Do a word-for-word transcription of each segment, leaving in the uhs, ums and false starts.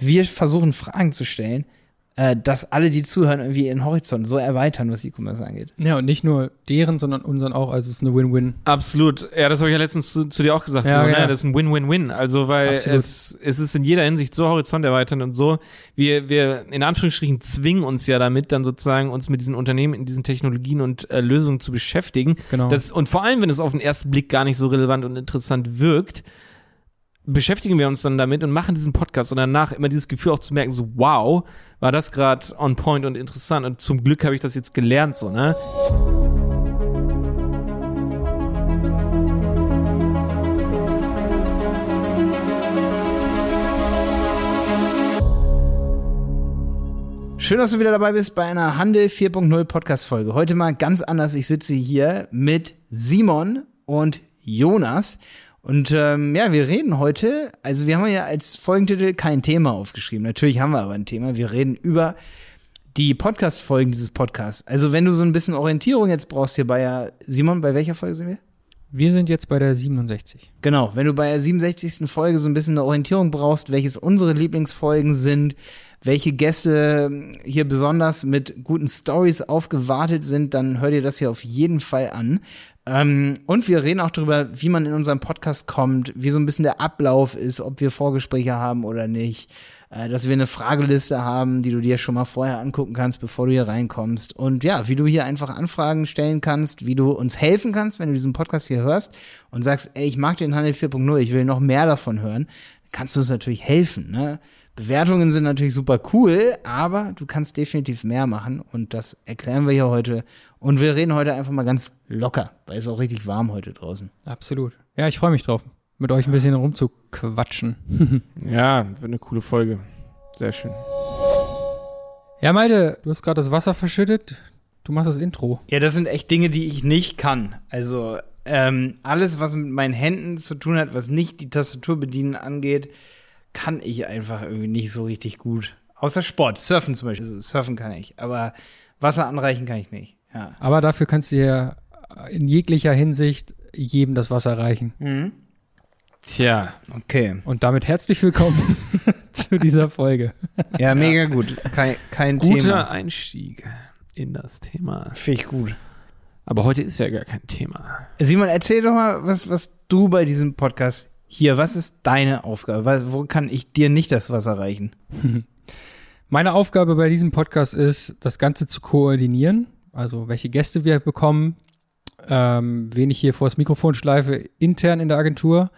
wir versuchen Fragen zu stellen, äh, dass alle, die zuhören, irgendwie ihren Horizont so erweitern, was E-Commerce angeht. Ja, und nicht nur deren, sondern unseren auch. Also es ist eine Win-Win. Absolut. Ja, das habe ich ja letztens zu, zu dir auch gesagt. Ja, so, ja. Ne? Das ist ein Win-Win-Win. Also, weil es, es ist in jeder Hinsicht so horizont erweiternd und so. Wir, wir in Anführungsstrichen zwingen uns ja damit, dann sozusagen uns mit diesen Unternehmen, in diesen Technologien und äh, Lösungen zu beschäftigen. Genau. Das, und vor allem, wenn es auf den ersten Blick gar nicht so relevant und interessant wirkt, beschäftigen wir uns dann damit und machen diesen Podcast und danach immer dieses Gefühl auch zu merken, so wow, war das gerade on point und interessant und zum Glück habe ich das jetzt gelernt, so, ne? Schön, dass du wieder dabei bist bei einer Handel vier Punkt null Podcast-Folge. Heute mal ganz anders. Ich sitze hier mit Simon und Jonas. Und ähm, ja, wir reden heute, also wir haben ja als Folgentitel kein Thema aufgeschrieben. Natürlich haben wir aber ein Thema. Wir reden über die Podcast-Folgen dieses Podcasts. Also wenn du so ein bisschen Orientierung jetzt brauchst hier bei der, Simon, bei welcher Folge sind wir? Wir sind jetzt bei der siebenundsechzig. Genau, wenn du bei der siebenundsechzigsten Folge so ein bisschen eine Orientierung brauchst, welches unsere Lieblingsfolgen sind, welche Gäste hier besonders mit guten Stories aufgewartet sind, dann hör dir das hier auf jeden Fall an. Ähm, und wir reden auch darüber, wie man in unseren Podcast kommt, wie so ein bisschen der Ablauf ist, ob wir Vorgespräche haben oder nicht, äh, dass wir eine Frageliste haben, die du dir schon mal vorher angucken kannst, bevor du hier reinkommst. Und ja, wie du hier einfach Anfragen stellen kannst, wie du uns helfen kannst, wenn du diesen Podcast hier hörst und sagst, ey, ich mag den Handel vier Punkt null, ich will noch mehr davon hören, kannst du uns natürlich helfen, ne? Bewertungen sind natürlich super cool, aber du kannst definitiv mehr machen und das erklären wir hier heute. Und wir reden heute einfach mal ganz locker, weil es ist auch richtig warm heute draußen. Absolut. Ja, ich freue mich drauf, mit euch ein bisschen rumzuquatschen. Ja, wird eine coole Folge. Sehr schön. Ja, Malte, du hast gerade das Wasser verschüttet. Du machst das Intro. Ja, das sind echt Dinge, die ich nicht kann. Also ähm, alles, was mit meinen Händen zu tun hat, was nicht die Tastatur bedienen angeht, kann ich einfach irgendwie nicht so richtig gut. Außer Sport, Surfen zum Beispiel. Also Surfen kann ich, aber Wasser anreichen kann ich nicht. Ja. Aber dafür kannst du ja in jeglicher Hinsicht jedem das Wasser reichen. Mhm. Tja, okay. Und damit herzlich willkommen zu dieser Folge. Ja, mega gut. Kein, kein guter Thema. Einstieg in das Thema. Finde ich gut. Aber heute ist ja gar kein Thema. Simon, erzähl doch mal, was, was du bei diesem Podcast hier, was ist deine Aufgabe? Wo kann ich dir nicht das Wasser reichen? Meine Aufgabe bei diesem Podcast ist, das Ganze zu koordinieren. Also, welche Gäste wir bekommen, ähm, wen ich hier vor das Mikrofon schleife, intern in der Agentur.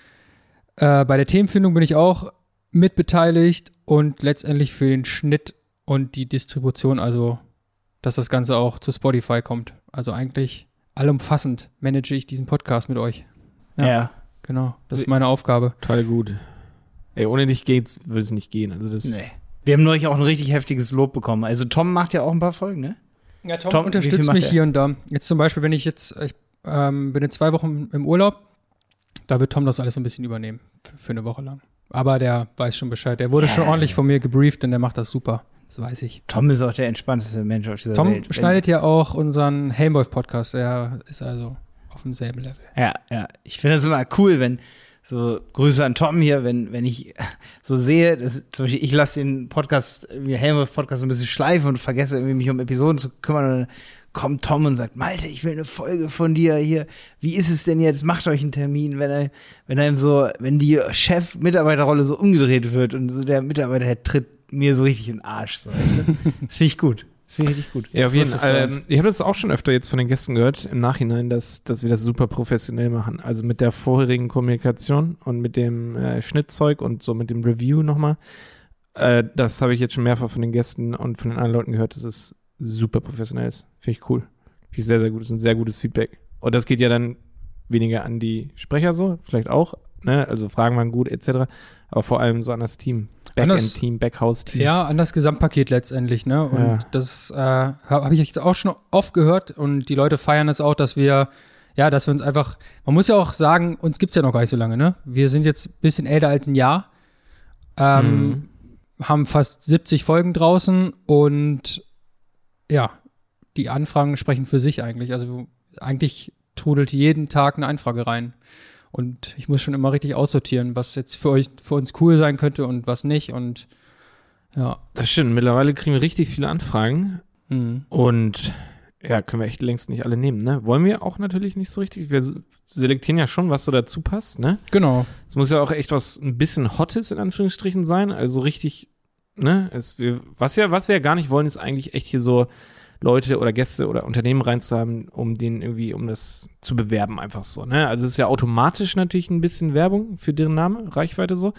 Äh, bei der Themenfindung bin ich auch mitbeteiligt und letztendlich für den Schnitt und die Distribution, also, dass das Ganze auch zu Spotify kommt. Also eigentlich allumfassend manage ich diesen Podcast mit euch. Ja. ja. Genau, das ist meine Aufgabe. Total gut. Ey, ohne dich geht's, würde es nicht gehen. Also das nee. Wir haben neulich auch ein richtig heftiges Lob bekommen. Also Tom macht ja auch ein paar Folgen, ne? Ja, Tom, Tom unterstützt mich hier und da. Jetzt zum Beispiel, wenn ich jetzt, ich ähm, bin in zwei Wochen im Urlaub, da wird Tom das alles so ein bisschen übernehmen. Für, für eine Woche lang. Aber der weiß schon Bescheid. Der wurde ja. schon ordentlich von mir gebrieft, denn der macht das super. Das weiß ich. Tom ist auch der entspannteste Mensch auf dieser Tom Welt. Tom schneidet ja auch unseren Helmwolf-Podcast. Er ist also auf demselben Level. Ja, ja. Ich finde das immer cool, wenn so Grüße an Tom hier, wenn, wenn ich so sehe, dass zum Beispiel ich lasse den Podcast, Helmwolf-Podcast ein bisschen schleifen und vergesse irgendwie mich um Episoden zu kümmern und dann kommt Tom und sagt, Malte, ich will eine Folge von dir hier. Wie ist es denn jetzt? Macht euch einen Termin, wenn er, wenn er so, wenn die Chef-Mitarbeiterrolle so umgedreht wird und so der Mitarbeiter der tritt mir so richtig in den Arsch, so, weißt du? Das finde ich gut. Das finde ich richtig gut. Ja, auf jeden Fall. Ähm, ich habe das auch schon öfter jetzt von den Gästen gehört, im Nachhinein, dass, dass wir das super professionell machen. Also mit der vorherigen Kommunikation und mit dem äh, Schnittzeug und so mit dem Review nochmal. Äh, das habe ich jetzt schon mehrfach von den Gästen und von den anderen Leuten gehört, dass es super professionell ist. Finde ich cool. Finde ich sehr, sehr gut. Das ist ein sehr gutes Feedback. Und das geht ja dann weniger an die Sprecher so, vielleicht auch, ne? Also Fragen waren gut, et cetera. Aber vor allem so an das Team. Backend-Team, Backhouse-Team. Ja, an das Gesamtpaket letztendlich, ne? Und ja. das äh, habe ich jetzt auch schon oft gehört und die Leute feiern es auch, dass wir, ja, dass wir uns einfach, man muss ja auch sagen, uns gibt's ja noch gar nicht so lange, ne? Wir sind jetzt ein bisschen älter als ein Jahr, ähm, mhm. haben fast siebzig Folgen draußen und ja, die Anfragen sprechen für sich eigentlich. Also eigentlich trudelt jeden Tag eine Anfrage rein. Und ich muss schon immer richtig aussortieren, was jetzt für euch, für uns cool sein könnte und was nicht. Und ja. Das stimmt. Mittlerweile kriegen wir richtig viele Anfragen. Mhm. Und ja, können wir echt längst nicht alle nehmen, ne? Wollen wir auch natürlich nicht so richtig. Wir selektieren ja schon, was so dazu passt, ne? Genau. Es muss ja auch echt was ein bisschen Hottes in Anführungsstrichen sein. Also richtig, ne? Es, wir, was, ja, was wir ja gar nicht wollen, ist eigentlich echt hier so Leute oder Gäste oder Unternehmen reinzuhaben, um denen irgendwie, um das zu bewerben, einfach so, ne? Also es ist ja automatisch natürlich ein bisschen Werbung für deren Name, Reichweite so.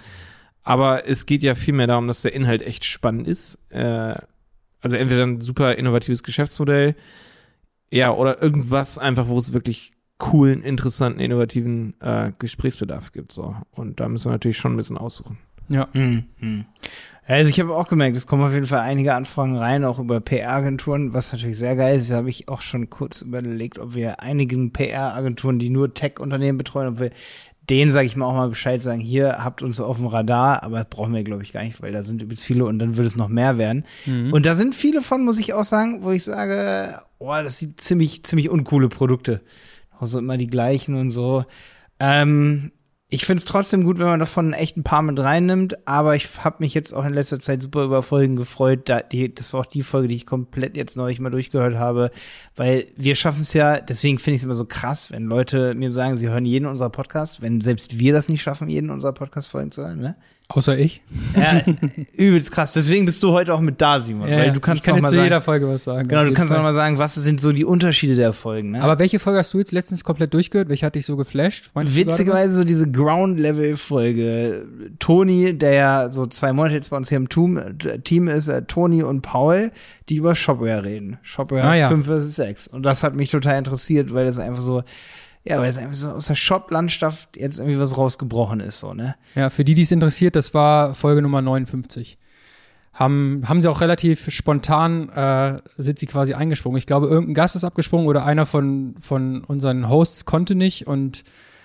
Aber es geht ja viel mehr darum, dass der Inhalt echt spannend ist. Äh, also entweder ein super innovatives Geschäftsmodell, ja, oder irgendwas einfach, wo es wirklich coolen, interessanten, innovativen äh, Gesprächsbedarf gibt, so. Und da müssen wir natürlich schon ein bisschen aussuchen. Ja. Mhm. Also ich habe auch gemerkt, es kommen auf jeden Fall einige Anfragen rein, auch über P R-Agenturen, was natürlich sehr geil ist. Da habe ich auch schon kurz überlegt, ob wir einigen P R-Agenturen, die nur Tech-Unternehmen betreuen, ob wir denen, sage ich mal, auch mal Bescheid sagen, hier, habt uns auf dem Radar, aber das brauchen wir, glaube ich, gar nicht, weil da sind übelst viele und dann würde es noch mehr werden. Mhm. Und da sind viele von, muss ich auch sagen, wo ich sage, oh, das sind ziemlich, ziemlich uncoole Produkte. Auch so immer die gleichen und so. Ähm, Ich finde es trotzdem gut, wenn man davon echt ein paar mit reinnimmt, aber ich habe mich jetzt auch in letzter Zeit super über Folgen gefreut. Da die, das war auch die Folge, die ich komplett jetzt neulich mal durchgehört habe, weil wir schaffen es ja, deswegen finde ich es immer so krass, wenn Leute mir sagen, sie hören jeden unserer Podcasts, wenn selbst wir das nicht schaffen, jeden unserer Podcast-Folgen zu hören, ne? Außer ich. Ja, übelst krass. Deswegen bist du heute auch mit da, Simon. Ja, weil du kannst ich kann noch jetzt mal zu sagen, jeder Folge was sagen. Genau, du kannst noch mal sagen, was sind so die Unterschiede der Folgen. Ne? Aber welche Folge hast du jetzt letztens komplett durchgehört? Welche hat dich so geflasht? Witzigerweise so diese Ground-Level-Folge. Toni, der ja so zwei Monate jetzt bei uns hier im Team ist, äh, Toni und Paul, die über Shopware reden. Shopware ah, ja. fünf versus sechs. Und das hat mich total interessiert, weil das einfach so Ja, weil es einfach so aus der Shop-Landschaft jetzt irgendwie was rausgebrochen ist, so, ne? Ja, für die, die es interessiert, das war Folge Nummer neunundfünfzig. Haben, haben sie auch relativ spontan, äh, sind sie quasi eingesprungen. Ich glaube, irgendein Gast ist abgesprungen oder einer von, von unseren Hosts konnte nicht und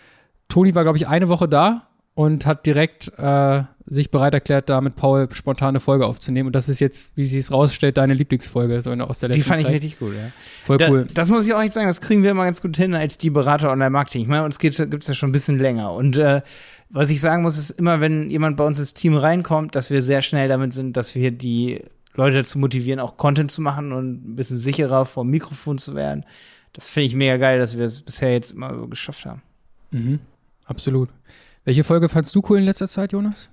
Toni war, glaube ich, eine Woche da und hat direkt äh, sich bereit erklärt, da mit Paul spontan eine Folge aufzunehmen. Und das ist jetzt, wie sie es rausstellt, deine Lieblingsfolge so aus der letzten Zeit. Die fand ich richtig cool, ja. Voll da, cool. Das muss ich auch echt sagen, das kriegen wir immer ganz gut hin als die Berater Online-Marketing. Ich meine, uns gibt es ja schon ein bisschen länger. Und äh, was ich sagen muss, ist immer, wenn jemand bei uns ins Team reinkommt, dass wir sehr schnell damit sind, dass wir die Leute dazu motivieren, auch Content zu machen und ein bisschen sicherer vor dem Mikrofon zu werden. Das finde ich mega geil, dass wir es bisher jetzt immer so geschafft haben. Mhm, absolut. Welche Folge fandst du cool in letzter Zeit, Jonas?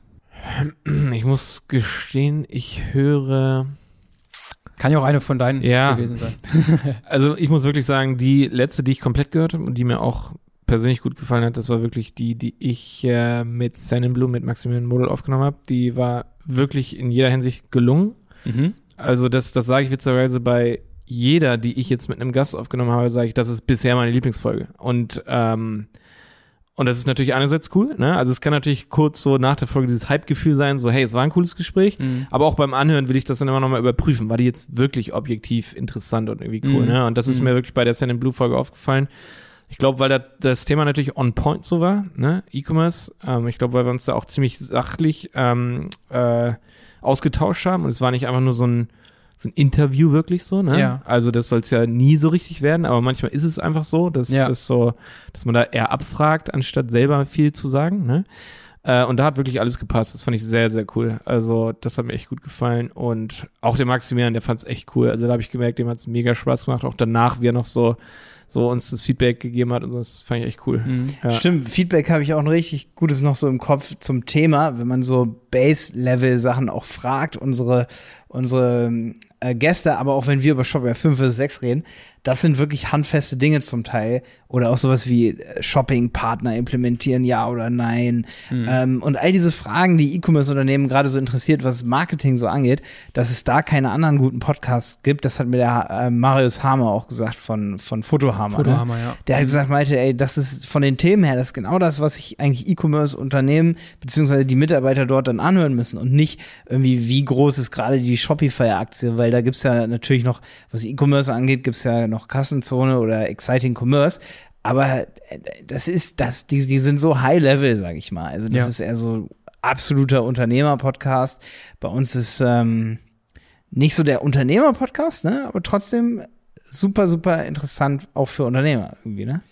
Ich muss gestehen, ich höre. Kann ja auch eine von deinen ja. gewesen sein. Also ich muss wirklich sagen, die letzte, die ich komplett gehört habe und die mir auch persönlich gut gefallen hat, das war wirklich die, die ich äh, mit Sand Blue, mit Maximilian Model aufgenommen habe. Die war wirklich in jeder Hinsicht gelungen. Mhm. Also das, das sage ich witzigerweise bei jeder, die ich jetzt mit einem Gast aufgenommen habe, sage ich, das ist bisher meine Lieblingsfolge. Und ähm, Und das ist natürlich einerseits cool, ne? Also es kann natürlich kurz so nach der Folge dieses Hype-Gefühl sein, so hey, es war ein cooles Gespräch, mhm. aber auch beim Anhören will ich das dann immer nochmal überprüfen, war die jetzt wirklich objektiv interessant und irgendwie cool, mhm. ne? Und das ist mhm. mir wirklich bei der Sand Blue Folge aufgefallen. Ich glaube, weil da, das Thema natürlich on point so war, ne? E-Commerce. Ähm, ich glaube, weil wir uns da auch ziemlich sachlich ähm, äh, ausgetauscht haben und es war nicht einfach nur so ein so ein Interview wirklich so, ne? Ja. Also das soll es ja nie so richtig werden, aber manchmal ist es einfach so, dass, ja. dass, so, dass man da eher abfragt, anstatt selber viel zu sagen, ne? Äh, und da hat wirklich alles gepasst. Das fand ich sehr, sehr cool. Also das hat mir echt gut gefallen und auch der Maximilian, der fand es echt cool. Also da habe ich gemerkt, dem hat es mega Spaß gemacht. Auch danach, wie er noch so so uns das Feedback gegeben hat und so, das fand ich echt cool. Mhm. Ja. Stimmt, Feedback habe ich auch ein richtig gutes noch so im Kopf zum Thema, wenn man so Base-Level-Sachen auch fragt, unsere, unsere äh, Gäste, aber auch wenn wir über Shopware fünf bis sechs reden, das sind wirklich handfeste Dinge zum Teil oder auch sowas wie Shopping-Partner implementieren, ja oder nein. Mhm. Ähm, und all diese Fragen, die E-Commerce-Unternehmen gerade so interessiert, was Marketing so angeht, dass es da keine anderen guten Podcasts gibt, das hat mir der äh, Marius Hamer auch gesagt von, von Fotohammer. Fotohammer, ne? ja. Der hat gesagt, meinte, ey, das ist von den Themen her, das ist genau das, was sich eigentlich E-Commerce-Unternehmen beziehungsweise die Mitarbeiter dort dann anhören müssen und nicht irgendwie, wie groß ist gerade die Shopify-Aktie, weil da gibt's ja natürlich noch, was E-Commerce angeht, gibt's ja noch Kassenzone oder Exciting Commerce, aber das ist, das, die, die sind so High-Level, sag ich mal. Also das ja. ist eher so absoluter Unternehmer-Podcast. Bei uns ist ähm, nicht so der Unternehmer-Podcast, ne, aber trotzdem super, super interessant auch für Unternehmer irgendwie, ne?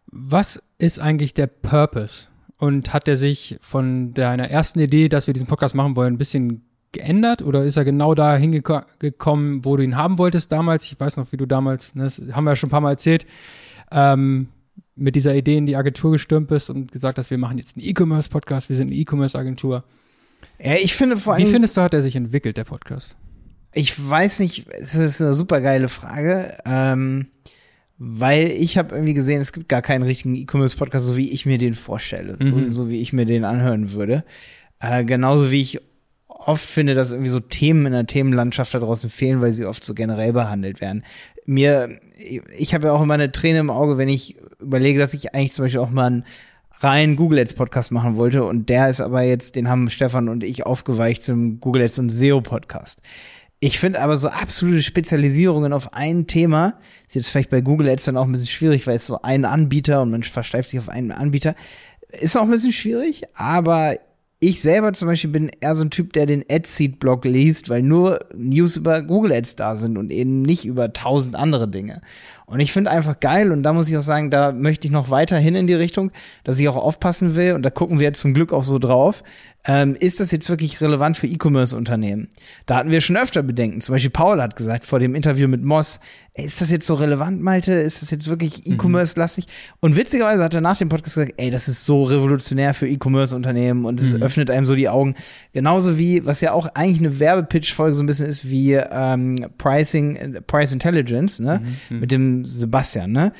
Was ist eigentlich der Purpose? Und hat er sich von deiner ersten Idee, dass wir diesen Podcast machen wollen, ein bisschen geändert? Oder ist er genau da hingekommen, wo du ihn haben wolltest damals? Ich weiß noch, wie du damals, ne, das haben wir ja schon ein paar Mal erzählt, ähm, mit dieser Idee in die Agentur gestürmt bist und gesagt hast, wir machen jetzt einen E-Commerce-Podcast, wir sind eine E-Commerce-Agentur. Ja, ich finde vor allem. Wie findest du, hat er sich entwickelt, der Podcast? Ich weiß nicht, es ist eine super geile Frage, ähm, weil ich habe irgendwie gesehen, es gibt gar keinen richtigen E-Commerce-Podcast, so wie ich mir den vorstelle, Mhm. so, so wie ich mir den anhören würde. Äh, genauso wie ich oft finde, dass irgendwie so Themen in der Themenlandschaft da draußen fehlen, weil sie oft so generell behandelt werden. Mir, ich habe ja auch immer eine Träne im Auge, wenn ich überlege, dass ich eigentlich zum Beispiel auch mal einen rein Google Ads Podcast machen wollte und der ist aber jetzt, den haben Stefan und ich aufgeweicht zum Google Ads und S E O Podcast. Ich finde aber so absolute Spezialisierungen auf ein Thema, ist jetzt vielleicht bei Google Ads dann auch ein bisschen schwierig, weil es so ein Anbieter und man versteift sich auf einen Anbieter, ist auch ein bisschen schwierig, aber ich selber zum Beispiel bin eher so ein Typ, der den AdSeed-Blog liest, weil nur News über Google Ads da sind und eben nicht über tausend andere Dinge. Und ich finde einfach geil und da muss ich auch sagen, da möchte ich noch weiterhin in die Richtung, dass ich auch aufpassen will und da gucken wir jetzt zum Glück auch so drauf. Ähm, ist das jetzt wirklich relevant für E-Commerce-Unternehmen? Da hatten wir schon öfter Bedenken. Zum Beispiel Paul hat gesagt vor dem Interview mit Moss, ey, ist das jetzt so relevant, Malte? Ist das jetzt wirklich E-Commerce-lastig? Und witzigerweise hat er nach dem Podcast gesagt, ey, das ist so revolutionär für E-Commerce-Unternehmen und es Mhm. öffnet einem so die Augen. Genauso wie, was ja auch eigentlich eine Werbepitch-Folge so ein bisschen ist, wie ähm, Pricing, äh, Price Intelligence, ne? Mhm. Mit dem Sebastian, ne?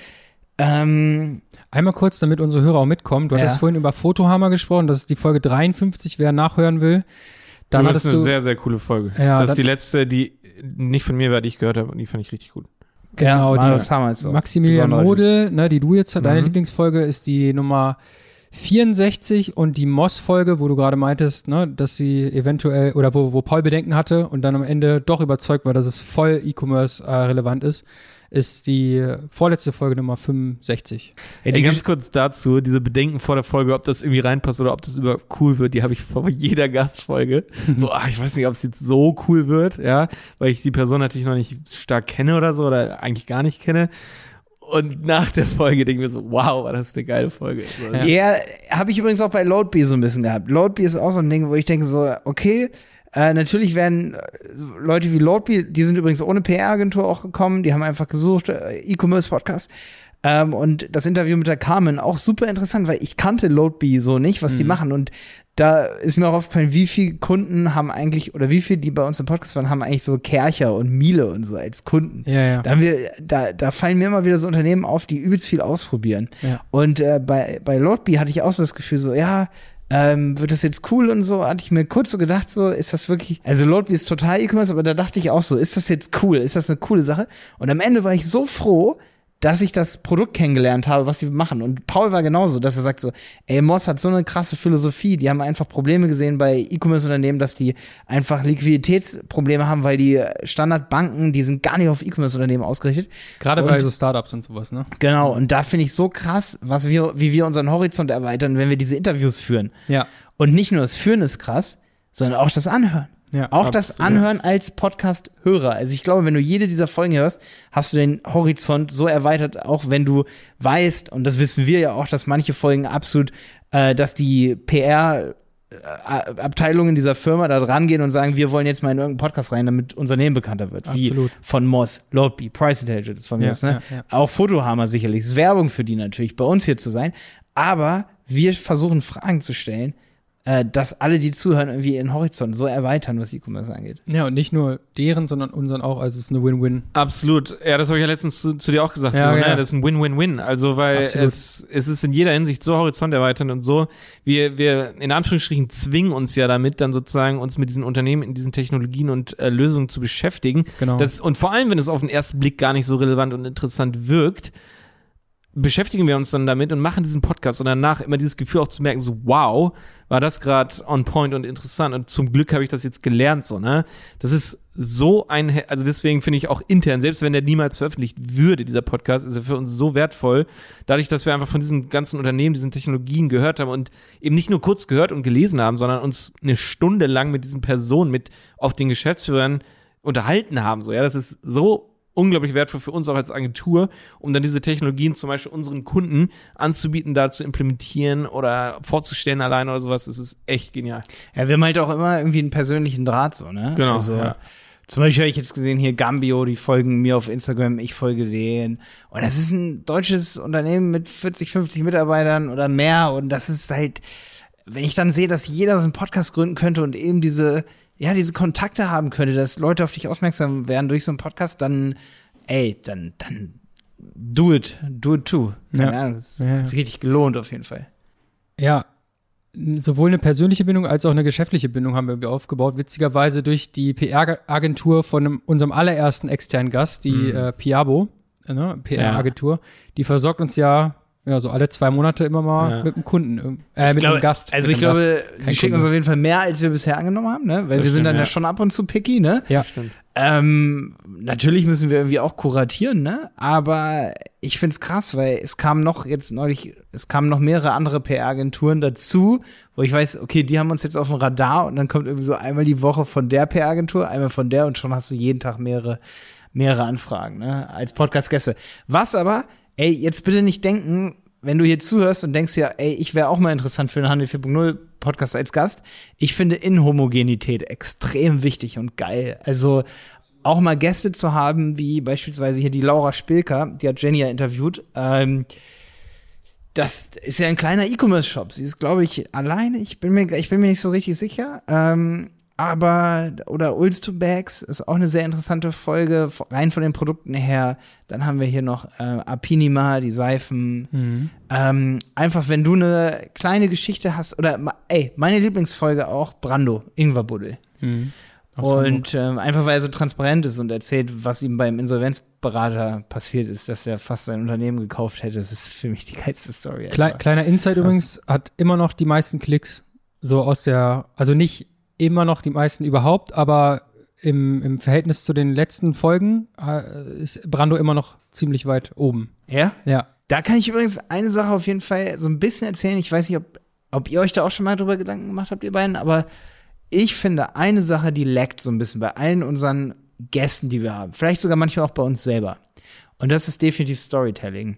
Ähm, Einmal kurz, damit unsere Hörer auch mitkommen. Du Ja. hattest vorhin über Fotohammer gesprochen, das ist die Folge dreiundfünfzig, wer nachhören will. Dann das hattest ist eine du, sehr, sehr coole Folge. Ja, das dann- ist die letzte, die nicht von mir war, die ich gehört habe und die fand ich richtig gut. genau, ja, die Marius Hammer ist so. Maximilian Besonderer Model, ne, die du jetzt, deine Mhm. Lieblingsfolge ist die Nummer vierundsechzig und die Moss-Folge, wo du gerade meintest, ne, dass sie eventuell, oder wo, wo Paul Bedenken hatte und dann am Ende doch überzeugt war, dass es voll E-Commerce äh, relevant ist, ist die vorletzte Folge Nummer fünfundsechzig. Ey, die Ey, ganz kurz dazu, diese Bedenken vor der Folge, ob das irgendwie reinpasst oder ob das überhaupt cool wird, die habe ich vor jeder Gastfolge. So, ach, ich weiß nicht, ob es jetzt so cool wird, ja, weil ich die Person natürlich noch nicht stark kenne oder so oder eigentlich gar nicht kenne. Und nach der Folge denke ich mir so, wow, war das eine geile Folge. So, Ja. Ja, habe ich übrigens auch bei Loadbee so ein bisschen gehabt. Loadbee ist auch so ein Ding, wo ich denke so, okay, äh, natürlich werden äh, Leute wie Loadbee, die sind übrigens ohne P R-Agentur auch gekommen, die haben einfach gesucht, äh, E-Commerce-Podcast. Ähm, und das Interview mit der Carmen auch super interessant, weil ich kannte Loadbee so nicht, was die Mhm. machen. Und da ist mir auch aufgefallen, wie viele Kunden haben eigentlich, oder wie viele, die bei uns im Podcast waren, haben eigentlich so Kercher und Miele und so als Kunden. Ja, ja. Da, haben wir, da, da fallen mir immer wieder so Unternehmen auf, die übelst viel ausprobieren. Ja. Und äh, bei, bei Loadbee hatte ich auch so das Gefühl, so, ja, ähm, wird das jetzt cool und so, hatte ich mir kurz so gedacht, so, ist das wirklich, also Loadbee ist total E-Commerce, aber da dachte ich auch so, ist das jetzt cool, ist das eine coole Sache? Und am Ende war ich so froh, dass ich das Produkt kennengelernt habe, was sie machen. Und Paul war genauso, dass er sagt so, ey, Moss hat so eine krasse Philosophie, die haben einfach Probleme gesehen bei E-Commerce-Unternehmen, dass die einfach Liquiditätsprobleme haben, weil die Standardbanken, die sind gar nicht auf E-Commerce-Unternehmen ausgerichtet. Gerade Und- bei so Startups und sowas, ne? Genau, und da finde ich so krass, was wir, wie wir unseren Horizont erweitern, wenn wir diese Interviews führen. Ja. Und nicht nur das Führen ist krass, sondern auch das Anhören. Ja, Auch das absolut. Anhören als Podcast-Hörer. Also ich glaube, wenn du jede dieser Folgen hörst, hast du den Horizont so erweitert, auch wenn du weißt, und das wissen wir ja auch, dass manche Folgen absolut, äh, dass die P R äh, Abteilungen dieser Firma da dran gehen und sagen, wir wollen jetzt mal in irgendeinen Podcast rein, damit unser Unternehmen bekannter wird. Absolut. Wie von Moss, Loadbee, Price Intelligence von mir Ja, aus, ne? ja, ja. Auch Fotohammer sicherlich. Ist Werbung für die natürlich, bei uns hier zu sein. Aber wir versuchen Fragen zu stellen, äh, dass alle, die zuhören, irgendwie ihren Horizont so erweitern, was E-Commerce angeht. Ja, und nicht nur deren, sondern unseren auch. Also es ist eine Win-Win. Absolut. Ja, das habe ich ja letztens zu, zu dir auch gesagt. Ja, so, ja. ne? Das ist ein Win-Win-Win. Also, weil Absolut. es, es ist in jeder Hinsicht so horizonterweiternd und so. Wir, wir in Anführungsstrichen zwingen uns ja damit, dann sozusagen uns mit diesen Unternehmen, in diesen Technologien und äh, Lösungen zu beschäftigen. Genau. Das, und vor allem, wenn es auf den ersten Blick gar nicht so relevant und interessant wirkt, beschäftigen wir uns dann damit und machen diesen Podcast und danach immer dieses Gefühl auch zu merken, so wow, war das gerade on point und interessant und zum Glück habe ich das jetzt gelernt, so, ne? Das ist so ein, He- also deswegen finde ich auch intern, selbst wenn der niemals veröffentlicht würde, dieser Podcast, ist er für uns so wertvoll, dadurch, dass wir einfach von diesen ganzen Unternehmen, diesen Technologien gehört haben und eben nicht nur kurz gehört und gelesen haben, sondern uns eine Stunde lang mit diesen Personen, mit auf den Geschäftsführern unterhalten haben, so, ja, das ist so unglaublich wertvoll für uns auch als Agentur, um dann diese Technologien zum Beispiel unseren Kunden anzubieten, da zu implementieren oder vorzustellen alleine oder sowas. Das ist echt genial. Ja, wir haben halt auch immer irgendwie einen persönlichen Draht so, ne? Genau, Also, ja. zum Beispiel habe ich jetzt gesehen, hier Gambio, die folgen mir auf Instagram, ich folge denen. Und das ist ein deutsches Unternehmen mit vierzig, fünfzig Mitarbeitern oder mehr. Und das ist halt, wenn ich dann sehe, dass jeder so einen Podcast gründen könnte und eben diese, ja, diese Kontakte haben könnte, dass Leute auf dich aufmerksam werden durch so einen Podcast, dann, ey, dann, dann do it, do it too. Keine Ja. Ahnung, das Ja, ja. ist richtig gelohnt auf jeden Fall. Ja, sowohl eine persönliche Bindung als auch eine geschäftliche Bindung haben wir aufgebaut. Witzigerweise durch die P R-Agentur von einem, unserem allerersten externen Gast, die Mhm. äh, Piabo, äh, ne, P R-Agentur. Die versorgt uns ja, ja so alle zwei Monate immer mal Ja. mit einem Kunden, äh, mit glaube, einem Gast. Also mit ich einem glaube, Gast. sie Kein schicken uns Kunde. auf jeden Fall mehr, als wir bisher angenommen haben, ne? Weil Das wir sind stimmt, dann ja ja. schon ab und zu picky, ne? Ja. Stimmt. Ähm, natürlich müssen wir irgendwie auch kuratieren, ne? Aber ich find's krass, weil es kamen noch jetzt neulich, es kamen noch mehrere andere P R-Agenturen dazu, wo ich weiß, okay, die haben uns jetzt auf dem Radar und dann kommt irgendwie so einmal die Woche von der P R-Agentur, einmal von der und schon hast du jeden Tag mehrere, mehrere Anfragen, ne? Als Podcast-Gäste. Was aber, ey, jetzt bitte nicht denken, wenn du hier zuhörst und denkst ja, ey, ich wäre auch mal interessant für einen Handel vier Punkt null Podcast als Gast. Ich finde Inhomogenität extrem wichtig und geil. Also auch mal Gäste zu haben, wie beispielsweise hier die Laura Spilker, die hat Jenny ja interviewt. Ähm, das ist ja ein kleiner E-Commerce-Shop. Sie ist, glaube ich, alleine. Ich bin mir, ich bin mir nicht so richtig sicher. Ähm, aber, oder Ulz to Bags ist auch eine sehr interessante Folge, rein von den Produkten her. Dann haben wir hier noch äh, Apinima, die Seifen. Mhm. Ähm, einfach, wenn du eine kleine Geschichte hast, oder, ey, meine Lieblingsfolge auch, Brando, Ingwerbuddel. Mhm. Aus Und ähm, einfach, weil er so transparent ist und erzählt, was ihm beim Insolvenzberater passiert ist, dass er fast sein Unternehmen gekauft hätte. Das ist für mich die geilste Story. Klei kleiner Insight Krass. übrigens, hat immer noch die meisten Klicks, so aus der, also nicht immer noch die meisten überhaupt, aber im, im Verhältnis zu den letzten Folgen äh, ist Brando immer noch ziemlich weit oben. Ja? Ja. Da kann ich übrigens eine Sache auf jeden Fall so ein bisschen erzählen. Ich weiß nicht, ob, ob ihr euch da auch schon mal drüber Gedanken gemacht habt, ihr beiden, aber ich finde eine Sache, die lackt so ein bisschen bei allen unseren Gästen, die wir haben. Vielleicht sogar manchmal auch bei uns selber. Und das ist definitiv Storytelling.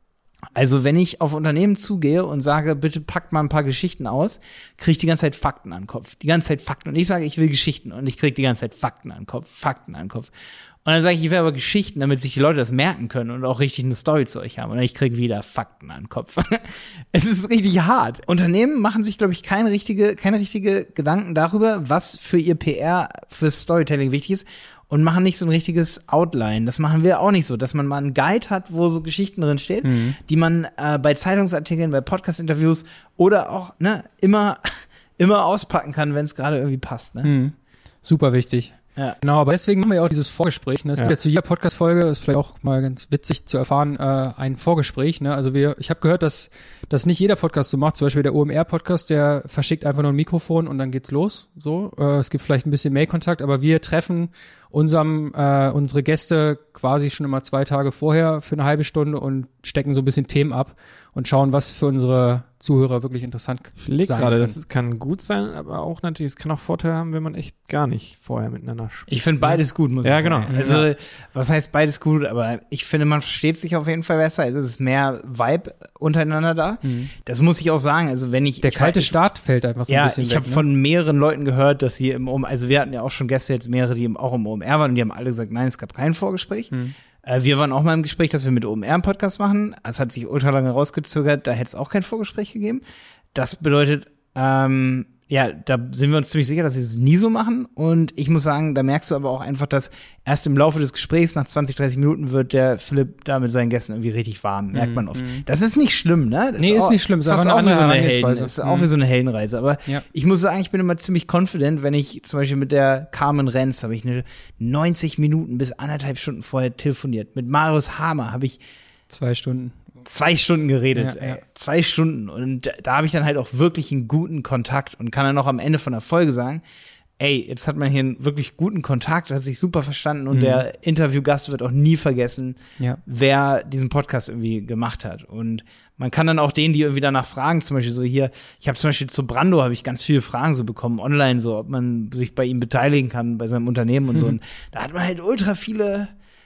Also wenn ich auf Unternehmen zugehe und sage, bitte packt mal ein paar Geschichten aus, kriege ich die ganze Zeit Fakten an den Kopf. Die ganze Zeit Fakten. Und ich sage, ich will Geschichten. Und ich kriege die ganze Zeit Fakten an den Kopf. Fakten an den Kopf. Und dann sage ich, ich will aber Geschichten, damit sich die Leute das merken können und auch richtig eine Story zu euch haben. Und ich kriege wieder Fakten an den Kopf. Es ist richtig hart. Unternehmen machen sich, glaube ich, keine richtige, keine richtige Gedanken darüber, was für ihr P R, für Storytelling wichtig ist. Und machen nicht so ein richtiges Outline. Das machen wir auch nicht so, dass man mal einen Guide hat, wo so Geschichten drin stehen, mhm. die man äh, bei Zeitungsartikeln, bei Podcast-Interviews oder auch ne, immer, immer auspacken kann, wenn es gerade irgendwie passt. Ne? Mhm. Super wichtig. Ja. Genau, aber deswegen machen wir ja auch dieses Vorgespräch. Ne? Es Ja. gibt ja zu jeder Podcast-Folge, ist vielleicht auch mal ganz witzig zu erfahren, äh, ein Vorgespräch. Ne? Also wir, ich habe gehört, dass das nicht jeder Podcast so macht. Zum Beispiel der O M R-Podcast, der verschickt einfach nur ein Mikrofon und dann geht's los. So, äh, es gibt vielleicht ein bisschen Mail-Kontakt, aber wir treffen unserem äh, unsere Gäste quasi schon immer zwei Tage vorher für eine halbe Stunde und stecken so ein bisschen Themen ab und schauen, was für unsere Zuhörer wirklich interessant Ich leg sein gerade, kann. das ist- kann gut sein, aber auch natürlich, es kann auch Vorteile haben, wenn man echt gar nicht vorher miteinander spricht. Ich finde beides gut, muss Ja, ich genau. sagen. Also, was heißt beides gut? Aber ich finde, man versteht sich auf jeden Fall besser. Also, es ist mehr Vibe untereinander da. Das muss ich auch sagen. Also, wenn ich. Der ich kalte ich, Start fällt einfach so Ja, ein bisschen ich weg. habe ne? von mehreren Leuten gehört, dass sie im O M R, also wir hatten ja auch schon Gäste jetzt mehrere, die im, auch im O M R waren und die haben alle gesagt, nein, es gab kein Vorgespräch. Mhm. Äh, wir waren auch mal im Gespräch, dass wir mit O M R einen Podcast machen. Es hat sich ultra lange rausgezögert, da hätte es auch kein Vorgespräch gegeben. Das bedeutet, ähm, ja, da sind wir uns ziemlich sicher, dass sie es nie so machen. Und ich muss sagen, da merkst du aber auch einfach, dass erst im Laufe des Gesprächs, nach zwanzig, dreißig Minuten, wird der Philipp da mit seinen Gästen irgendwie richtig warm. Merkt man oft. Das ist nicht schlimm, ne? Das Nee, ist auch, nicht schlimm. Ist fast einfach eine auch wie andere so eine Helden, Herangehensweise. ist auch Mhm. wie so eine Heldenreise. Aber Ja. ich muss sagen, ich bin immer ziemlich confident, wenn ich zum Beispiel mit der Carmen Renz habe ich eine neunzig Minuten bis anderthalb Stunden vorher telefoniert. Mit Marius Hamer habe ich Zwei Stunden. zwei Stunden geredet, Ja, ey. ja. Zwei Stunden. Und da habe ich dann halt auch wirklich einen guten Kontakt und kann dann auch am Ende von der Folge sagen, ey, jetzt hat man hier einen wirklich guten Kontakt, hat sich super verstanden und Mhm. der Interviewgast wird auch nie vergessen, Ja. wer diesen Podcast irgendwie gemacht hat. Und man kann dann auch denen, die irgendwie danach fragen, zum Beispiel so hier, ich habe zum Beispiel zu Brando habe ich ganz viele Fragen so bekommen, online so, ob man sich bei ihm beteiligen kann, bei seinem Unternehmen und so. Mhm. Und da hat man halt ultra viele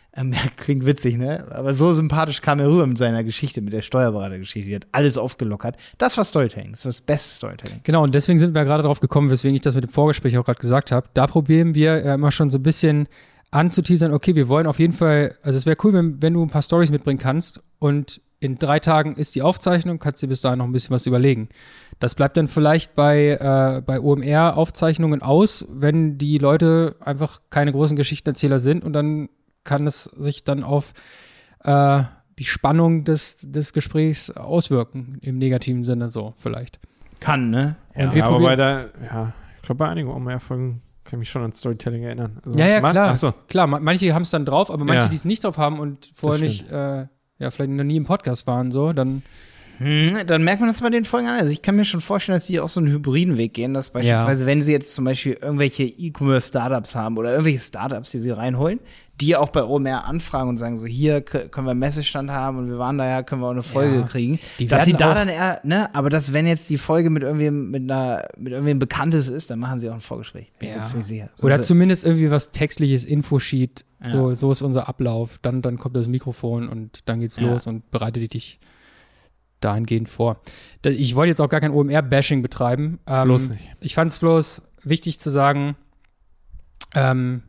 Ähm, ja, klingt witzig, ne? Aber so sympathisch kam er rüber mit seiner Geschichte, mit der Steuerberatergeschichte. Die hat alles aufgelockert. Das war Storytelling. Das war das beste Storytelling. Genau, und deswegen sind wir gerade drauf gekommen, weswegen ich das mit dem Vorgespräch auch gerade gesagt habe. Da probieren wir äh, immer schon so ein bisschen anzuteasern, okay, wir wollen auf jeden Fall, also es wäre cool, wenn, wenn du ein paar Storys mitbringen kannst und in drei Tagen ist die Aufzeichnung, kannst du dir bis dahin noch ein bisschen was überlegen. Das bleibt dann vielleicht bei, äh, bei O M R-Aufzeichnungen aus, wenn die Leute einfach keine großen Geschichtenerzähler sind und dann kann es sich dann auf äh, die Spannung des, des Gesprächs auswirken, im negativen Sinne so vielleicht. Kann, ne? Ja, ja aber bei der, ja, ich glaube, bei einigen O M R-Folgen kann ich mich schon an Storytelling erinnern. Also, ja, ja, klar. Ach so. Klar, manche haben es dann drauf, aber manche, Ja. die es nicht drauf haben und vorher nicht, äh, ja, vielleicht noch nie im Podcast waren, so, dann Hm, dann merkt man das bei den Folgen an. Also ich kann mir schon vorstellen, dass die auch so einen hybriden Weg gehen, dass beispielsweise, wenn sie jetzt zum Beispiel irgendwelche E-Commerce-Startups haben oder irgendwelche Startups, die sie reinholen, die auch bei O M R anfragen und sagen so, hier k- können wir einen Messestand haben und wir waren da, ja, können wir auch eine Folge Ja. kriegen. Die dass sie werden da auch- dann eher, ne, aber dass wenn jetzt die Folge mit irgendwem, mit einer, mit irgendwem Bekanntes ist, dann machen sie auch ein Vorgespräch. Bin ich Ja. mir ziemlich sicher. So oder ist- zumindest irgendwie was textliches, Infosheet, Ja. so, so ist unser Ablauf. Dann, dann kommt das Mikrofon und dann geht's Ja. los und bereitet dich dahingehend vor. Da- Ich wollte jetzt auch gar kein O M R-Bashing betreiben. Ähm, Bloß nicht. Ich fand es bloß wichtig zu sagen, ähm,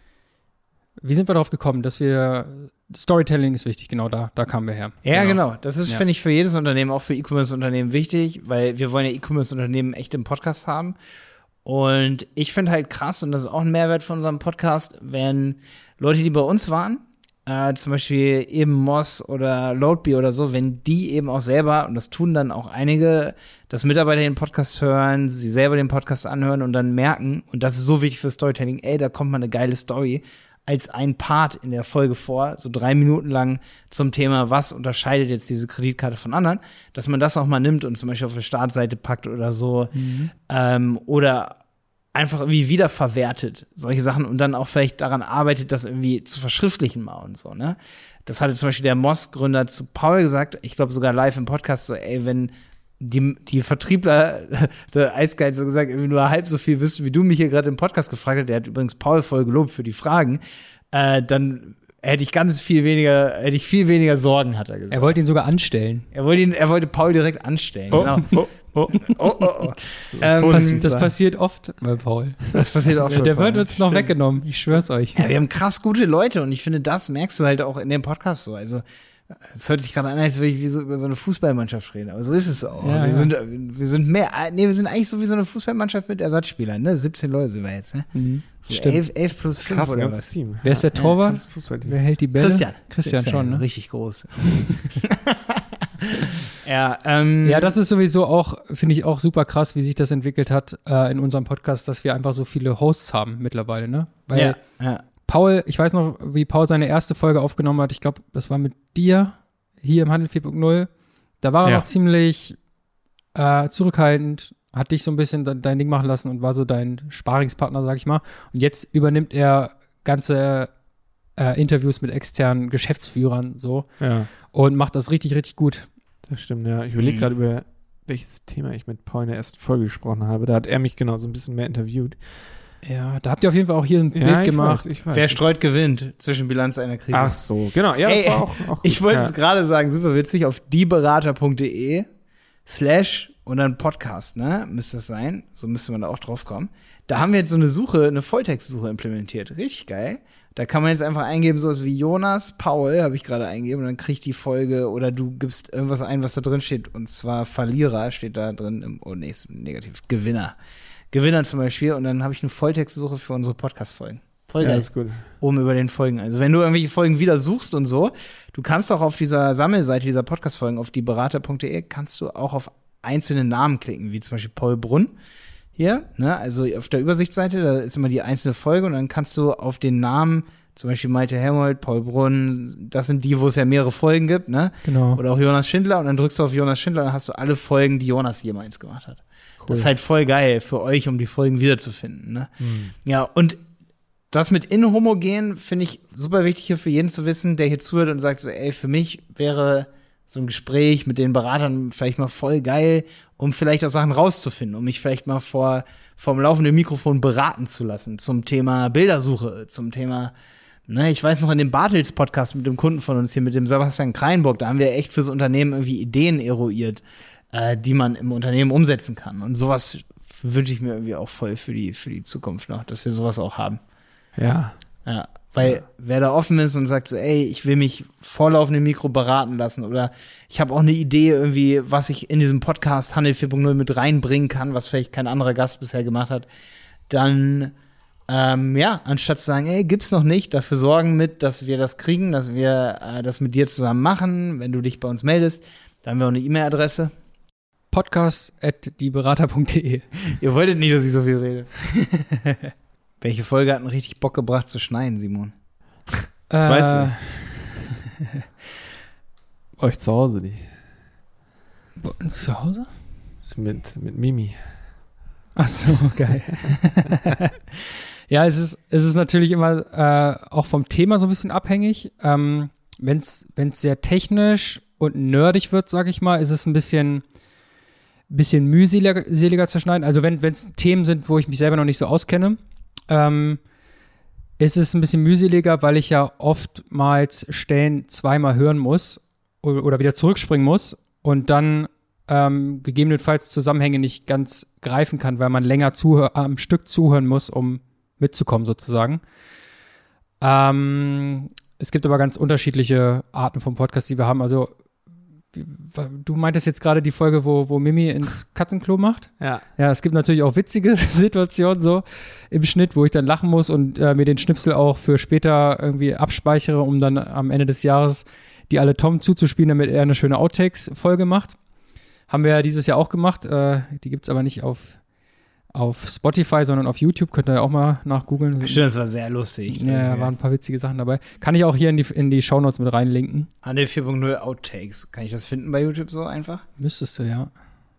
wie sind wir darauf gekommen, dass wir Storytelling ist wichtig, genau da, da kamen wir her. Ja, genau. Das ist, Ja. finde ich, für jedes Unternehmen, auch für E-Commerce-Unternehmen wichtig, weil wir wollen ja E-Commerce-Unternehmen echt im Podcast haben. Und ich finde halt krass, und das ist auch ein Mehrwert von unserem Podcast, wenn Leute, die bei uns waren, äh, zum Beispiel eben Moss oder Loadbee oder so, wenn die eben auch selber, und das tun dann auch einige, dass Mitarbeiter den Podcast hören, sie selber den Podcast anhören und dann merken, und das ist so wichtig für Storytelling, ey, da kommt mal eine geile Story als ein Part in der Folge vor, so drei Minuten lang zum Thema, was unterscheidet jetzt diese Kreditkarte von anderen, dass man das auch mal nimmt und zum Beispiel auf eine Startseite packt oder so, ähm, oder einfach irgendwie wiederverwertet, solche Sachen, und dann auch vielleicht daran arbeitet, das irgendwie zu verschriftlichen mal und so, ne? Das hatte zum Beispiel der Moss-Gründer zu Paul gesagt, ich glaube sogar live im Podcast, so, ey, wenn die, die Vertriebler, der Eisgeil so gesagt, irgendwie nur halb so viel wissen, wie du mich hier gerade im Podcast gefragt hast, der hat übrigens Paul voll gelobt für die Fragen, äh, dann hätte ich ganz viel weniger, hätte ich viel weniger Sorgen, hat er gesagt. Er wollte ihn sogar anstellen. Er wollte ihn, er wollte Paul direkt anstellen, Oh, genau. oh, oh. Oh, oh, oh. Ähm, Vorsichtig Das sein. passiert oft bei Paul. das passiert auch schon. Der wird Paul. uns noch weggenommen, ich schwör's euch. Ja, wir haben krass gute Leute und ich finde, das merkst du halt auch in dem Podcast so. Also, es hört sich gerade an, als würde ich wie so über so eine Fußballmannschaft reden, aber so ist es auch. Ja, wir, ja. Sind, wir sind mehr, nee, wir sind eigentlich so wie so eine Fußballmannschaft mit Ersatzspielern, ne? siebzehn Leute sind wir jetzt, ne? Mhm. So Stimmt. elf, elf plus fünf Krass, ein oder ganzes was? Team. Wer ist der Ja, Torwart? ganzes Fußballteam. Wer hält die Bälle? Christian. Christian schon, ne? Richtig groß. ja, ähm. Ja, das ist sowieso auch, finde ich auch super krass, wie sich das entwickelt hat äh, in unserem Podcast, dass wir einfach so viele Hosts haben mittlerweile, ne? Weil ja, ja. Paul, ich weiß noch, wie Paul seine erste Folge aufgenommen hat. Ich glaube, das war mit dir hier im Handel vier Punkt null. Da war er Ja. noch ziemlich äh, zurückhaltend, hat dich so ein bisschen de dein Ding machen lassen und war so dein Sparingspartner, sag ich mal. Und jetzt übernimmt er ganze äh, Interviews mit externen Geschäftsführern so Ja, und macht das richtig, richtig gut. das stimmt, ja. Ich überlege Mhm. gerade, über welches Thema ich mit Paul in der ersten Folge gesprochen habe. Da hat er mich genau so ein bisschen mehr interviewt. Ja, da habt ihr auf jeden Fall auch hier ein Ja, Bild ich gemacht. weiß, ich weiß. Wer Es- streut, gewinnt zwischen Bilanz einer Krise. Ach so, genau. Ja, das Ey, war auch, auch gut. Ich wollte ja. es gerade sagen, super witzig, auf dieberater.de slash und dann Podcast, ne? Müsste es sein. So müsste man da auch drauf kommen. Da haben wir jetzt so eine Suche, eine Volltextsuche implementiert. Richtig geil. Da kann man jetzt einfach eingeben, sowas wie Jonas Paul, habe ich gerade eingegeben, und dann kriegt die Folge, oder du gibst irgendwas ein, was da drin steht, und zwar Verlierer steht da drin, im, oh nee, ist negativ, Gewinner. Gewinner zum Beispiel, und dann habe ich eine Volltextsuche für unsere Podcast-Folgen. Voll Ja, geil. ist gut. Oben über den Folgen. Also wenn du irgendwelche Folgen wieder suchst und so, du kannst auch auf dieser Sammelseite dieser Podcast-Folgen, auf dieberater.de, kannst du auch auf einzelne Namen klicken, wie zum Beispiel Paul Brunn hier, ne? Also auf der Übersichtsseite, da ist immer die einzelne Folge, und dann kannst du auf den Namen, zum Beispiel Malte Helmold, Paul Brunn, das sind die, wo es ja mehrere Folgen gibt, ne? Genau. Oder auch Jonas Schindler, und dann drückst du auf Jonas Schindler, und dann hast du alle Folgen, die Jonas jemals gemacht hat. Cool. Das ist halt voll geil für euch, um die Folgen wiederzufinden, ne? Hm. Ja, und das mit inhomogen finde ich super wichtig hier für jeden zu wissen, der hier zuhört und sagt so, ey, für mich wäre so ein Gespräch mit den Beratern vielleicht mal voll geil, um vielleicht auch Sachen rauszufinden, um mich vielleicht mal vor vom laufenden Mikrofon beraten zu lassen zum Thema Bildersuche, zum Thema Ne, ich weiß noch in dem Bartels-Podcast mit dem Kunden von uns hier, mit dem Sebastian Kreinburg, da haben wir echt fürs Unternehmen irgendwie Ideen eruiert, äh, die man im Unternehmen umsetzen kann. Und sowas wünsche ich mir irgendwie auch voll für die, für die Zukunft noch, dass wir sowas auch haben. Ja. Ja, weil ja. wer da offen ist und sagt so, ey, ich will mich voll auf einem Mikro beraten lassen oder ich habe auch eine Idee irgendwie, was ich in diesem Podcast Handel vier Punkt null mit reinbringen kann, was vielleicht kein anderer Gast bisher gemacht hat, dann Ähm, ja, anstatt zu sagen, ey, gibt's noch nicht, dafür sorgen mit, dass wir das kriegen, dass wir äh, das mit dir zusammen machen, wenn du dich bei uns meldest. Da haben wir auch eine E-Mail-Adresse. podcast at dieberater punkt de. Ihr wolltet nicht, dass ich so viel rede. Welche Folge hat einen richtig Bock gebracht zu schneiden, Simon? Äh, Weißt du? Euch zu Hause, die. Bei uns zu Hause? Mit, mit Mimi. Ach so, geil. Ja, es ist, es ist natürlich immer äh, auch vom Thema so ein bisschen abhängig. Ähm, wenn es sehr technisch und nerdig wird, sag ich mal, ist es ein bisschen, bisschen mühseliger zu schneiden. Also wenn es Themen sind, wo ich mich selber noch nicht so auskenne, ähm, ist es ein bisschen mühseliger, weil ich ja oftmals Stellen zweimal hören muss oder, oder wieder zurückspringen muss und dann ähm, gegebenenfalls Zusammenhänge nicht ganz greifen kann, weil man länger zuhör- am Stück zuhören muss, um mitzukommen sozusagen. Ähm, es gibt aber ganz unterschiedliche Arten von Podcasts, die wir haben. Also wie, du meintest jetzt gerade die Folge, wo, wo Mimi ins Katzenklo macht. Ja. Ja, es gibt natürlich auch witzige Situationen so im Schnitt, wo ich dann lachen muss und äh, mir den Schnipsel auch für später irgendwie abspeichere, um dann am Ende des Jahres die alle Tom zuzuspielen, damit er eine schöne Outtakes-Folge macht. Haben wir ja dieses Jahr auch gemacht. Äh, die gibt's aber nicht auf auf Spotify, sondern auf YouTube. Könnt ihr ja auch mal nachgoogeln. Stimmt, das war sehr lustig. Ja, ja, waren ein paar witzige Sachen dabei. Kann ich auch hier in die, in die Shownotes mit reinlinken. Handel vier Punkt null Outtakes. Kann ich das finden bei YouTube so einfach? Müsstest du, ja.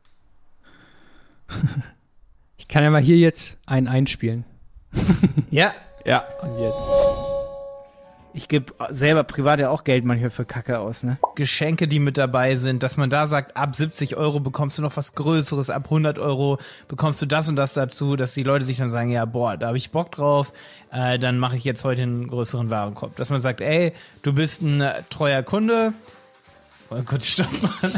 Ich kann ja mal hier jetzt einen einspielen. Ja. Ja. Und jetzt? Ich gebe selber privat ja auch Geld manchmal für Kacke aus, ne? Geschenke, die mit dabei sind, dass man da sagt, ab siebzig Euro bekommst du noch was Größeres, ab hundert Euro bekommst du das und das dazu, dass die Leute sich dann sagen, ja, boah, da habe ich Bock drauf, äh, dann mache ich jetzt heute einen größeren Warenkorb. Dass man sagt, ey, du bist ein äh, treuer Kunde. Oh Gott, stopp mal.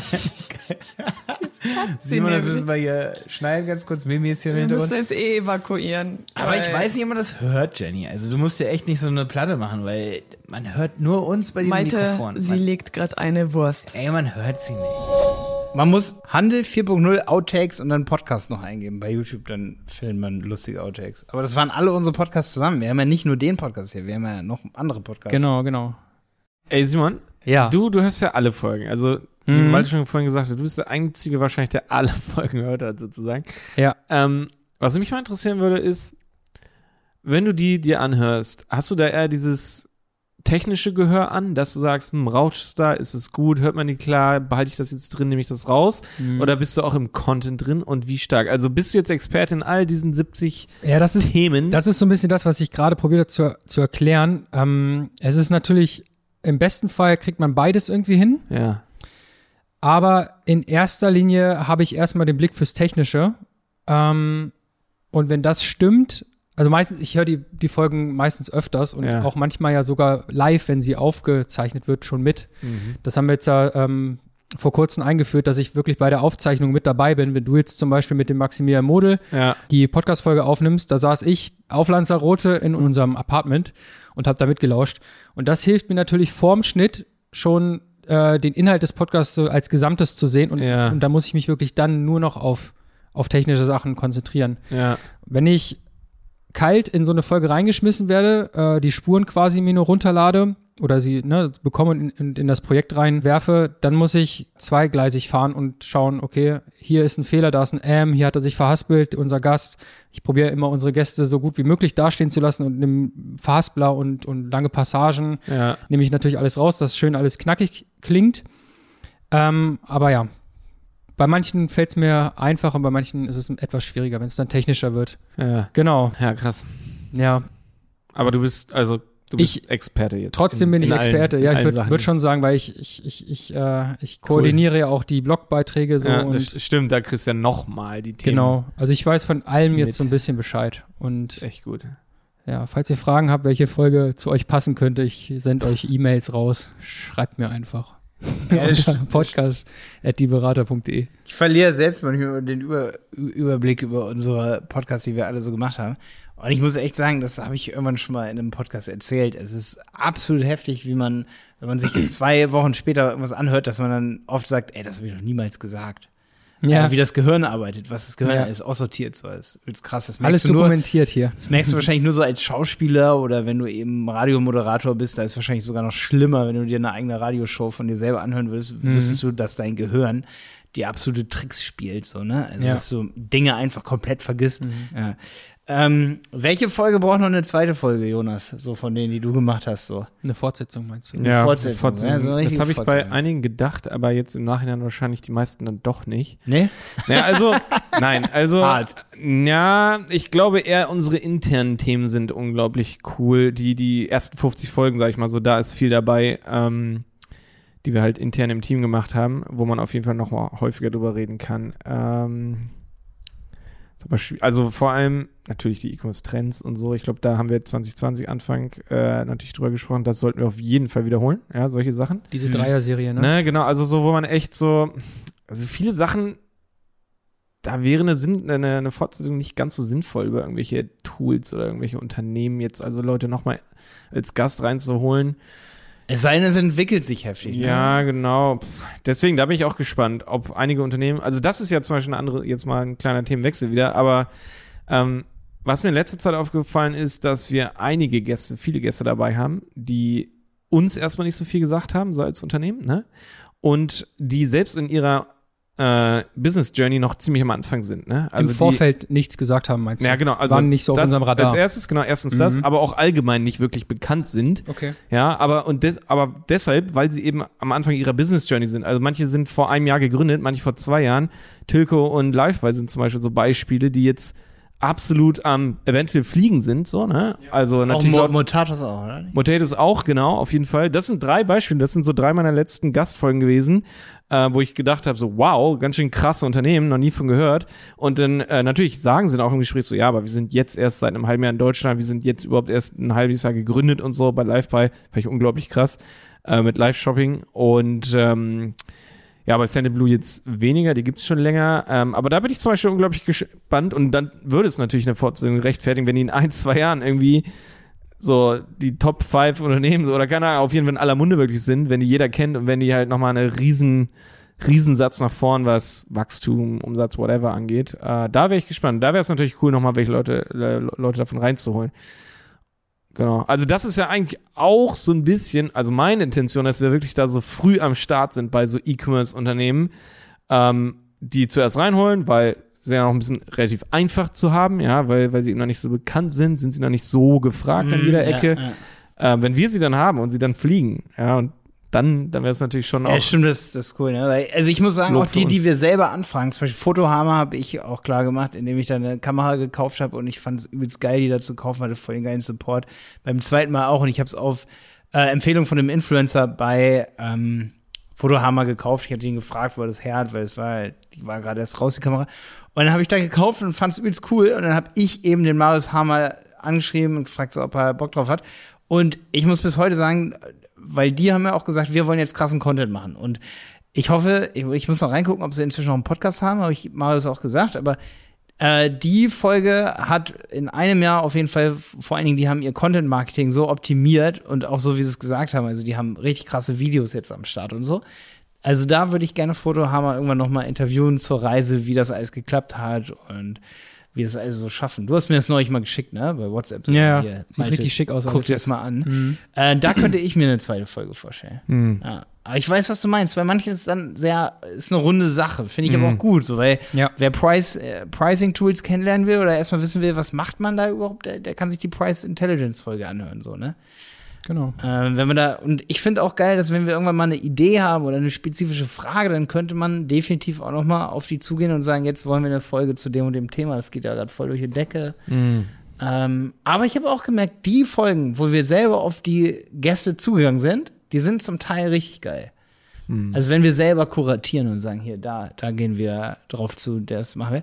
Simon, das müssen wir hier schneiden, ganz kurz. Mimi ist hier im Wir Hintergrund. müssen jetzt eh evakuieren. Aber ich weiß nicht, ob man das hört, Jenny. Also du musst ja echt nicht so eine Platte machen, weil man hört nur uns bei diesem Malte, Mikrofon. sie Man, legt gerade eine Wurst. ey, man hört sie nicht. Man muss Handel vier Punkt null Outtakes und dann Podcast noch eingeben. Bei YouTube, dann findet man lustige Outtakes. Aber das waren alle unsere Podcasts zusammen. Wir haben ja nicht nur den Podcast hier, wir haben ja noch andere Podcasts. Genau, genau. Ey, Simon, Ja. du, du hörst ja alle Folgen. Also, wie Mhm. Malte schon vorhin gesagt hat, du bist der Einzige wahrscheinlich, der alle Folgen gehört hat, sozusagen. Ja. Ähm, was mich mal interessieren würde, ist, wenn du die dir anhörst, hast du da eher dieses technische Gehör an, dass du sagst, hm, rauscht es da, ist es gut, hört man die klar, behalte ich das jetzt drin, nehme ich das raus? Mhm. Oder bist du auch im Content drin und wie stark? Also bist du jetzt Experte in all diesen siebzig Ja, das ist, Themen? das ist so ein bisschen das, was ich gerade probiert habe zu, zu erklären. Ähm, es ist natürlich, im besten Fall kriegt man beides irgendwie hin. ja. Aber in erster Linie habe ich erstmal den Blick fürs Technische. Ähm, und wenn das stimmt, also meistens, ich höre die, die Folgen meistens öfters und Ja. auch manchmal ja sogar live, wenn sie aufgezeichnet wird, schon mit. Mhm. Das haben wir jetzt ja ähm, vor kurzem eingeführt, dass ich wirklich bei der Aufzeichnung mit dabei bin. Wenn du jetzt zum Beispiel mit dem Maximilian Model Ja. die Podcast-Folge aufnimmst, da saß ich auf Lanzarote in unserem Apartment und habe da mitgelauscht. Und das hilft mir natürlich vorm Schnitt schon äh, den Inhalt des Podcasts so als Gesamtes zu sehen und, Ja. und da muss ich mich wirklich dann nur noch auf, auf technische Sachen konzentrieren. Ja. Wenn ich kalt in so eine Folge reingeschmissen werde, äh, die Spuren quasi mir nur runterlade oder sie ne, bekomme und in, in das Projekt reinwerfe, dann muss ich zweigleisig fahren und schauen, okay, hier ist ein Fehler, da ist ein Ähm, hier hat er sich verhaspelt, unser Gast. Ich probiere immer unsere Gäste so gut wie möglich dastehen zu lassen und im Verhaspler und, und lange Passagen Ja. nehme ich natürlich alles raus, dass schön alles knackig klingt. Ähm, aber ja, bei manchen fällt es mir einfach und bei manchen ist es etwas schwieriger, wenn es dann technischer wird. Ja. Genau, Ja, krass. ja. Aber du bist, also, du bist Ich- Experte jetzt. Trotzdem in- bin ich in allen- Experte. in ja, ich allen würde Sachen. würd schon sagen, weil ich, ich, ich, ich, äh, ich koordiniere ja auch die Blogbeiträge so Ja, und das stimmt, da kriegst du ja nochmal die Themen. genau. Also ich weiß von allem Mit. jetzt so ein bisschen Bescheid. Und Echt gut. ja, falls ihr Fragen habt, welche Folge zu euch passen könnte, ich sende euch E-Mails raus. Schreibt mir einfach. Ja, podcast at dieberater punkt de. Ich verliere selbst manchmal den Über- Überblick über unsere Podcasts, die wir alle so gemacht haben. Und ich muss echt sagen, das habe ich irgendwann schon mal in einem Podcast erzählt. Es ist absolut heftig, wie man, wenn man sich zwei Wochen später irgendwas anhört, dass man dann oft sagt, ey, das habe ich doch niemals gesagt. Ja. Aber wie das Gehirn arbeitet, was das Gehirn Ja. ist, aussortiert. So. Das ist krass. Das merkst Alles du nur, dokumentiert hier. das merkst du wahrscheinlich nur so als Schauspieler oder wenn du eben Radiomoderator bist, da ist es wahrscheinlich sogar noch schlimmer, wenn du dir eine eigene Radioshow von dir selber anhören würdest, Mhm. wüsstest du, dass dein Gehirn die absolute Tricks spielt, so, ne? Also, Ja. dass du Dinge einfach komplett vergisst. Ja. Ähm, welche Folge braucht noch eine zweite Folge, Jonas? So von denen, die du gemacht hast, so. Eine Fortsetzung, meinst du? Ja, Fortsetzung, Fortsetzung. ja, so eine das richtige habe ich bei Fortsetzung. einigen gedacht, aber jetzt im Nachhinein wahrscheinlich die meisten dann doch nicht. Nee? Naja, also, nein, also, Hart. ja, ich glaube eher unsere internen Themen sind unglaublich cool. Die, die ersten fünfzig Folgen, sag ich mal so, da ist viel dabei, ähm, die wir halt intern im Team gemacht haben, wo man auf jeden Fall noch mal häufiger drüber reden kann. Ähm, ist aber schwi- also vor allem natürlich die E-Commerce-Trends und so. Ich glaube, da haben wir zwanzig zwanzig Anfang äh, natürlich drüber gesprochen. Das sollten wir auf jeden Fall wiederholen, ja, solche Sachen. Diese Mhm. Dreier-Serie, ne? Ne, genau, also so, wo man echt so, also viele Sachen, da wäre eine, Sinn, eine, eine Fortsetzung nicht ganz so sinnvoll über irgendwelche Tools oder irgendwelche Unternehmen jetzt, also Leute nochmal als Gast reinzuholen. Es sei denn, es entwickelt sich heftig. Ja, Ne? genau. Pff, Deswegen, da bin ich auch gespannt, ob einige Unternehmen, also das ist ja zum Beispiel eine andere, jetzt mal ein kleiner Themenwechsel wieder, aber ähm, was mir in letzter Zeit aufgefallen ist, dass wir einige Gäste, viele Gäste dabei haben, die uns erstmal nicht so viel gesagt haben, so als Unternehmen, ne? Und die selbst in ihrer äh, Business Journey noch ziemlich am Anfang sind, ne? Also Im die, Vorfeld nichts gesagt haben, meinst du? ja, genau, also Waren nicht so auf das unserem Radar. Als erstes, genau, erstens das, Mhm. aber auch allgemein nicht wirklich bekannt sind. Okay. Ja, aber und des, aber deshalb, weil sie eben am Anfang ihrer Business Journey sind. Also manche sind vor einem Jahr gegründet, manche vor zwei Jahren. Tilco und Liveby sind zum Beispiel so Beispiele, die jetzt absolut am ähm, eventuell fliegen sind, so, ne? Also Auch natürlich Mo laut- Motatos auch, oder? Motatos auch, genau, auf jeden Fall. Das sind drei Beispiele, das sind so drei meiner letzten Gastfolgen gewesen, äh, wo ich gedacht habe, so wow, ganz schön krasse Unternehmen, noch nie von gehört. Und dann äh, natürlich sagen sie dann auch im Gespräch so, ja, aber wir sind jetzt erst seit einem halben Jahr in Deutschland, wir sind jetzt überhaupt erst ein halbes Jahr gegründet und so bei Liveby, fand ich unglaublich krass, äh, mit Live-Shopping und ähm, ja, bei Stand Blue jetzt weniger, die gibt's schon länger. Ähm, aber da bin ich zum Beispiel unglaublich gespannt und dann würde es natürlich eine Fortsetzung rechtfertigen, wenn die in ein, zwei Jahren irgendwie so die Top fünf Unternehmen so, oder keine Ahnung, auf jeden Fall in aller Munde wirklich sind, wenn die jeder kennt und wenn die halt nochmal einen riesen, Riesensatz nach vorn, was Wachstum, Umsatz, whatever angeht. Äh, da wäre ich gespannt. Da wäre es natürlich cool, nochmal welche Leute, äh, Leute davon reinzuholen. Genau. Also das ist ja eigentlich auch so ein bisschen, also meine Intention, dass wir wirklich da so früh am Start sind bei so E-Commerce-Unternehmen, ähm, die zuerst reinholen, weil sie ja noch ein bisschen relativ einfach zu haben, ja, weil, weil sie eben noch nicht so bekannt sind, sind sie noch nicht so gefragt an jeder Ja, Ecke. ja. Äh, wenn wir sie dann haben und sie dann fliegen, ja, und dann, dann wäre es natürlich schon auch. Ja, stimmt, das, das ist cool. Ne? Weil, also ich muss sagen, Lob auch für die, die uns. wir selber anfragen, zum Beispiel Fotohammer habe ich auch klar gemacht, indem ich da eine Kamera gekauft habe und ich fand es übelst geil, die da zu kaufen, hatte voll den geilen Support. Beim zweiten Mal auch und ich habe es auf äh, Empfehlung von einem Influencer bei ähm, Fotohammer gekauft. Ich hatte ihn gefragt, wo er das her hat, weil es war, die war gerade erst raus, die Kamera. Und dann habe ich da gekauft und fand es übelst cool und dann habe ich eben den Marius Hammer angeschrieben und gefragt, so, ob er Bock drauf hat. Und ich muss bis heute sagen, weil die haben ja auch gesagt, wir wollen jetzt krassen Content machen. Und ich hoffe, ich, ich muss noch reingucken, ob sie inzwischen noch einen Podcast haben, habe ich Marius auch gesagt, aber äh, die Folge hat in einem Jahr auf jeden Fall, vor allen Dingen, die haben ihr Content-Marketing so optimiert und auch so, wie sie es gesagt haben, also die haben richtig krasse Videos jetzt am Start und so. Also da würde ich gerne Fotohammer irgendwann noch mal interviewen zur Reise, wie das alles geklappt hat und wie das alles so schaffen. Du hast mir das neulich mal geschickt, ne? Bei WhatsApp. So Ja, hier, sieht Malte, richtig schick aus. Guck alles dir das jetzt. mal an. Mhm. Äh, da könnte ich mir eine zweite Folge vorstellen. Hm. Ja. Aber ich weiß, was du meinst. Bei manchen ist es dann sehr, ist eine runde Sache. Finde ich aber Mhm. auch gut, so, weil Ja. wer Price, äh, Pricing-Tools kennenlernen will oder erstmal wissen will, was macht man da überhaupt, der, der kann sich die Price Intelligence-Folge anhören, so, ne? Genau. Äh, wenn wir da, und ich finde auch geil, dass wenn wir irgendwann mal eine Idee haben oder eine spezifische Frage, dann könnte man definitiv auch noch mal auf die zugehen und sagen, jetzt wollen wir eine Folge zu dem und dem Thema. Das geht ja gerade voll durch die Decke. Hm. Ähm, aber ich habe auch gemerkt, die Folgen, wo wir selber auf die Gäste zugegangen sind, die sind zum Teil richtig geil. Hm. Also wenn wir selber kuratieren und sagen, hier, da, da gehen wir drauf zu, das machen wir.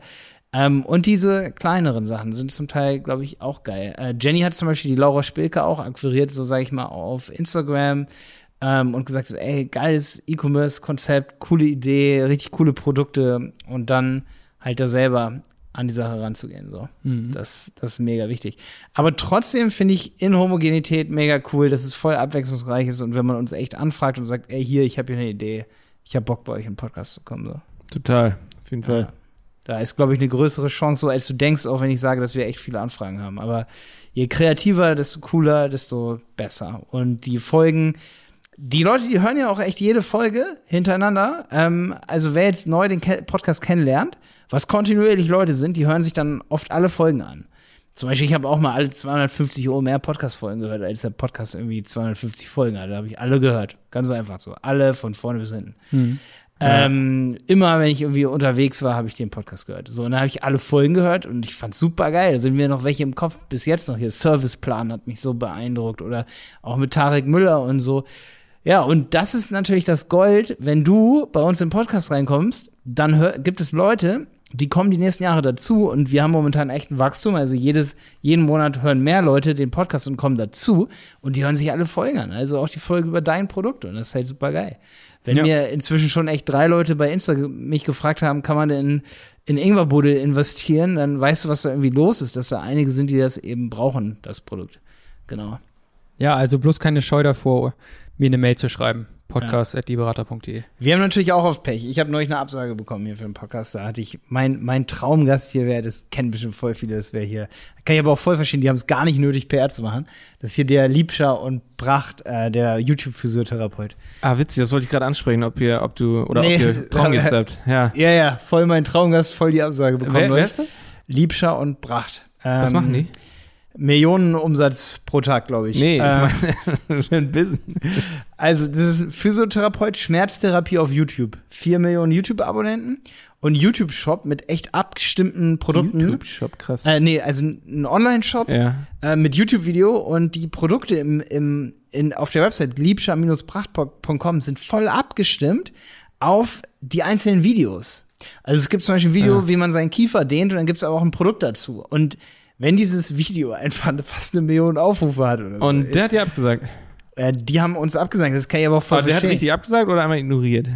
Ähm, und diese kleineren Sachen sind zum Teil, glaube ich, auch geil. Äh, Jenny hat zum Beispiel die Laura Spilke auch akquiriert, so sage ich mal, auf Instagram ähm, und gesagt, so, ey, geiles E-Commerce-Konzept, coole Idee, richtig coole Produkte und dann halt da selber an die Sache ranzugehen. So. Mhm. Das, das ist mega wichtig. Aber trotzdem finde ich Inhomogenität mega cool, dass es voll abwechslungsreich ist und wenn man uns echt anfragt und sagt, ey, hier, ich habe hier eine Idee, ich habe Bock, bei euch in den Podcast zu kommen. So. Total, auf jeden Fall. Ja. Da ist, glaube ich, eine größere Chance, so als du denkst, auch wenn ich sage, dass wir echt viele Anfragen haben. Aber je kreativer, desto cooler, desto besser. Und die Folgen, die Leute, die hören ja auch echt jede Folge hintereinander. Ähm, also wer jetzt neu den Ke- Podcast kennenlernt, was kontinuierlich Leute sind, die hören sich dann oft alle Folgen an. Zum Beispiel, ich habe auch mal alle zweihundertfünfzig Euro mehr Podcast-Folgen gehört, als der Podcast irgendwie zweihundertfünfzig Folgen hatte. Da habe ich alle gehört. Ganz so einfach so. Alle von vorne bis hinten. Mhm. Ja. Ähm, immer, wenn ich irgendwie unterwegs war, habe ich den Podcast gehört. So, und dann habe ich alle Folgen gehört und ich fand's super geil. Da sind mir noch welche im Kopf bis jetzt noch hier. Serviceplan hat mich so beeindruckt oder auch mit Tarek Müller und so. Ja, und das ist natürlich das Gold. Wenn du bei uns im Podcast reinkommst, dann hör, gibt es Leute, die kommen die nächsten Jahre dazu und wir haben momentan echt ein Wachstum. Also jedes, jeden Monat hören mehr Leute den Podcast und kommen dazu und die hören sich alle Folgen an. Also auch die Folge über dein Produkt und das ist halt super geil. Wenn ja. mir inzwischen schon echt drei Leute bei Insta mich gefragt haben, kann man in, in Ingwerbuddel investieren, dann weißt du, was da irgendwie los ist, dass da einige sind, die das eben brauchen, das Produkt. Genau. Ja, also bloß keine Scheu davor, mir eine Mail zu schreiben. podcast at lieberater punkt de. Wir haben natürlich auch auf Pech. Ich habe neulich eine Absage bekommen hier für den Podcast. Da hatte ich, mein, mein Traumgast hier wäre, das kennen bestimmt voll viele, das wäre hier, kann ich aber auch voll verstehen, die haben es gar nicht nötig, P R zu machen. Das ist hier der Liebscher und Bracht, äh, der YouTube-Physiotherapeut. Ah, witzig, das wollte ich gerade ansprechen, ob ihr, ob du, oder nee, ob ihr Traumgäste habt. Ja. ja, ja, voll mein Traumgast, voll die Absage bekommen. Wer, wer ist das? Liebscher und Bracht. Ähm, Was machen die? Millionen Umsatz pro Tag, glaube ich. Nee, ähm, ich meine, ein Business. Also, das ist Physiotherapeut, Schmerztherapie auf YouTube. Vier Millionen YouTube-Abonnenten und YouTube-Shop mit echt abgestimmten Produkten. YouTube-Shop, krass. Äh, nee, also ein Online-Shop ja. äh, mit YouTube-Video und die Produkte im, im, in, auf der Website liebscher Bindestrich pracht punkt com sind voll abgestimmt auf die einzelnen Videos. Also es gibt zum Beispiel ein Video, ja. wie man seinen Kiefer dehnt und dann gibt es aber auch ein Produkt dazu. Und wenn dieses Video einfach fast eine Million Aufrufe hat oder so. Und der hat dir abgesagt? Äh, die haben uns abgesagt, das kann ich aber auch voll aber der verstehen. hat richtig abgesagt oder einmal ignoriert?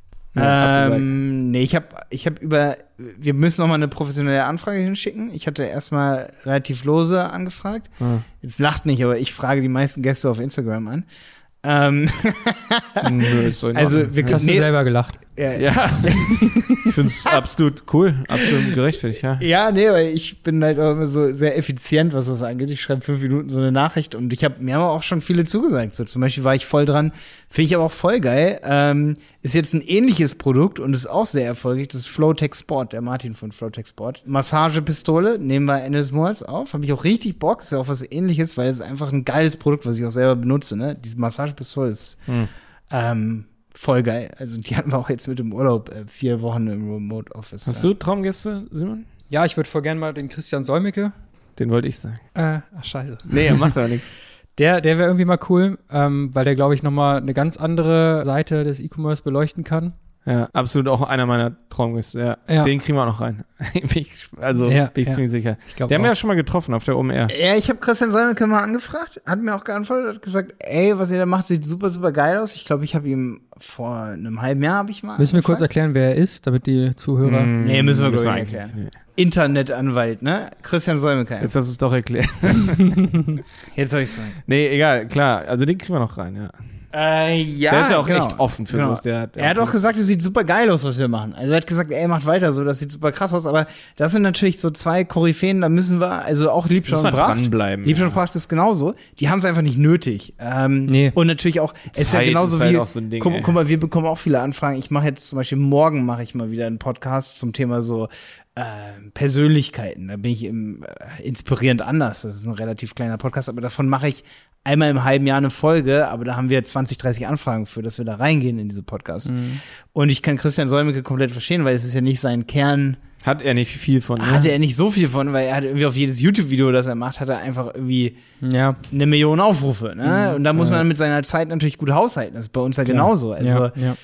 Ja, ähm, nee, ich habe ich hab über, wir müssen noch mal eine professionelle Anfrage hinschicken. Ich hatte erstmal relativ lose angefragt. Ah. Jetzt lacht nicht, aber ich frage die meisten Gäste auf Instagram an. Ähm, Nö, ist so also, wir Jetzt hast nee, du selber gelacht. Ja, ja. Ich finde es absolut cool, absolut gerechtfertigt, ja. Ja, nee, weil ich bin halt auch immer so sehr effizient, was das angeht. Ich schreibe fünf Minuten so eine Nachricht und ich habe mir haben auch schon viele zugesagt. So zum Beispiel war ich voll dran, finde ich aber auch voll geil. Ähm, ist jetzt ein ähnliches Produkt und ist auch sehr erfolgreich. Das ist Flowtech Sport, der Martin von Flowtech Sport. Massagepistole nehmen wir Ende des Monats auf. Habe ich auch richtig Bock. Ist ja auch was Ähnliches, weil es ist einfach ein geiles Produkt, was ich auch selber benutze. Ne? Diese Massagepistole ist hm. ähm, voll geil. Also die hatten wir auch jetzt mit im Urlaub, äh, vier Wochen im Remote Office. Hast ja. du Traumgäste, Simon? Ja, ich würde voll gerne mal den Christian Solmecke. Den wollte ich sagen. Äh, ach scheiße. Nee, er macht aber nichts. Der, der wäre irgendwie mal cool, ähm, weil der, glaube ich, nochmal eine ganz andere Seite des E-Commerce beleuchten kann. Ja, absolut auch einer meiner Traumgäste. Ja. Ja. Den kriegen wir auch noch rein. also ja, bin ich ja. ziemlich sicher. Ich glaub Den haben wir auch. ja schon mal getroffen auf der O M R. Ja, ich habe Christian Solmecke mal angefragt, hat mir auch geantwortet, hat gesagt, ey, was ihr da macht, sieht super, super geil aus. Ich glaube, ich habe ihm vor einem halben Jahr habe ich mal Müssen wir kurz erklären, wer er ist, damit die Zuhörer... Mm, nee, müssen wir, müssen wir nicht erklären. Nee. Internetanwalt, ne? Christian Solmecke. Jetzt hast du es doch erklärt. Jetzt soll ich es sagen. Nee, egal, klar. Also den kriegen wir noch rein, ja. Äh, ja, der ist ja auch genau. echt offen für genau. sowas. Der, der er hat auch gesagt, es sieht super geil aus, was wir machen. Also er hat gesagt, ey, macht weiter so, das sieht super krass aus. Aber das sind natürlich so zwei Koryphäen, da müssen wir, also auch Liebscher und Bracht. Dranbleiben. Liebscher ja. und Bracht ist genauso. Die haben es einfach nicht nötig. Ähm, nee. Und natürlich auch, es ist ja genauso ist wie, halt auch so ein Ding, guck, guck mal, wir bekommen auch viele Anfragen. Ich mache jetzt zum Beispiel, morgen mache ich mal wieder einen Podcast zum Thema so äh, Persönlichkeiten. Da bin ich im, äh, inspirierend anders. Das ist ein relativ kleiner Podcast, aber davon mache ich einmal im halben Jahr eine Folge, aber da haben wir zwanzig, dreißig Anfragen für, dass wir da reingehen in diese Podcasts. Mhm. Und ich kann Christian Solmecke komplett verstehen, weil es ist ja nicht sein Kern. Hat er nicht viel von. Ne? Hatte er nicht so viel von, weil er hat irgendwie auf jedes YouTube-Video, das er macht, hat er einfach irgendwie ja. eine Million Aufrufe. Ne? Mhm. Und da muss ja. man mit seiner Zeit natürlich gut haushalten. Das ist bei uns ja genauso. Also ja. Ja.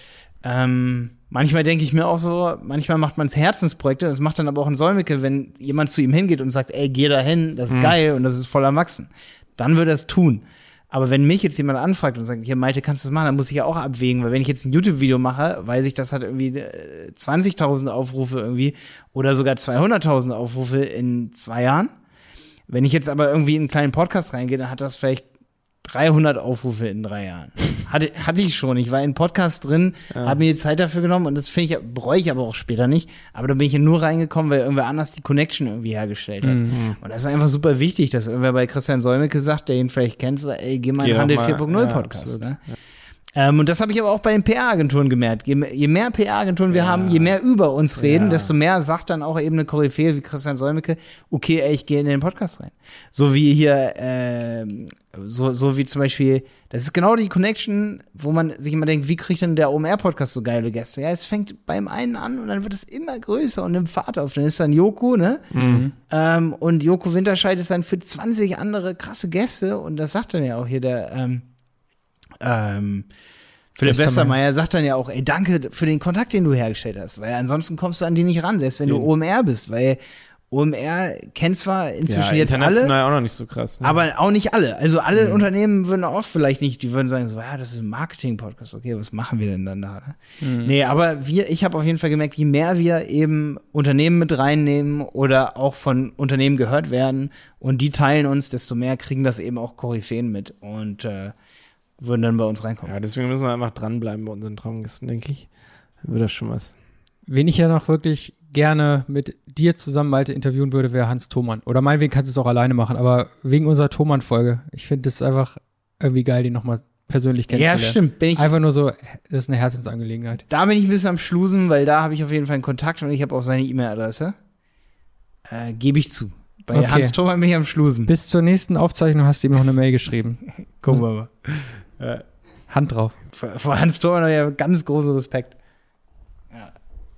Ähm, manchmal denke ich mir auch so, manchmal macht man es Herzensprojekte, das macht dann aber auch ein Säumeke, wenn jemand zu ihm hingeht und sagt, ey, geh da hin, das ist mhm. geil und das ist voll am Wachsen. Dann würde er es tun. Aber wenn mich jetzt jemand anfragt und sagt, hier, Malte, kannst du das machen, dann muss ich ja auch abwägen, weil wenn ich jetzt ein YouTube-Video mache, weiß ich, das hat irgendwie zwanzigtausend Aufrufe irgendwie oder sogar zweihunderttausend Aufrufe in zwei Jahren. Wenn ich jetzt aber irgendwie in einen kleinen Podcast reingehe, dann hat das vielleicht dreihundert Aufrufe in drei Jahren. Hatte, hatte ich schon. Ich war in einem Podcast drin, ja. habe mir die Zeit dafür genommen und das finde ich, bereue ich aber auch später nicht. Aber da bin ich ja nur reingekommen, weil irgendwer anders die Connection irgendwie hergestellt hat. Mhm. Und das ist einfach super wichtig, dass irgendwer bei Christian Säumeke sagt, der ihn vielleicht kennt, so, ey, geh mal in den Handel vier Punkt null Podcast. Ja, ne? ja. Ähm, und das habe ich aber auch bei den P R-Agenturen gemerkt. Je, je mehr P R-Agenturen wir ja. haben, je mehr über uns reden, ja. desto mehr sagt dann auch eben eine Koryphäe wie Christian Säumeke, okay, ey, ich gehe in den Podcast rein. So wie hier, äh, so, so wie zum Beispiel, das ist genau die Connection, wo man sich immer denkt, wie kriegt denn der O M R-Podcast so geile Gäste? Ja, es fängt beim einen an und dann wird es immer größer und nimmt Fahrt auf. Dann ist dann Joko, ne? Mhm. Ähm, und Joko Winterscheid ist dann für zwanzig andere krasse Gäste und das sagt dann ja auch hier der, ähm, Ähm, Philipp Westermeier sagt dann ja auch, ey, danke für den Kontakt, den du hergestellt hast, weil ansonsten kommst du an die nicht ran, selbst wenn ja. du O M R bist, weil O M R kennt zwar inzwischen ja, jetzt alle. International auch noch nicht so krass. Ne? Aber auch nicht alle. Also alle mhm. Unternehmen würden auch vielleicht nicht, die würden sagen so, ja, das ist ein Marketing-Podcast, okay, was machen wir denn dann da? Ne? Mhm. Nee, aber wir, ich habe auf jeden Fall gemerkt, je mehr wir eben Unternehmen mit reinnehmen oder auch von Unternehmen gehört werden und die teilen uns, desto mehr kriegen das eben auch Koryphäen mit und äh, würden dann bei uns reinkommen. Ja, deswegen müssen wir einfach dranbleiben bei unseren Traumgästen, denke ich. Dann wird das schon was. Wen ich ja noch wirklich gerne mit dir zusammen, Malte, interviewen würde, wäre Hans Thomann. Oder meinetwegen kannst du es auch alleine machen, aber wegen unserer Thomann-Folge. Ich finde es einfach irgendwie geil, den nochmal persönlich kennenzulernen. Ja, stimmt. Bin ich einfach nur so, das ist eine Herzensangelegenheit. Da bin ich ein bisschen am Schlusen, weil da habe ich auf jeden Fall einen Kontakt und ich habe auch seine E-Mail-Adresse. Äh, Gebe ich zu. Bei okay. Hans Thomann bin ich am Schlusen. Bis zur nächsten Aufzeichnung hast du ihm noch eine Mail geschrieben. Gucken wir mal. Ja. Hand drauf. Vor, vor Hans Thomann habe ich ja ganz großen Respekt. Ja.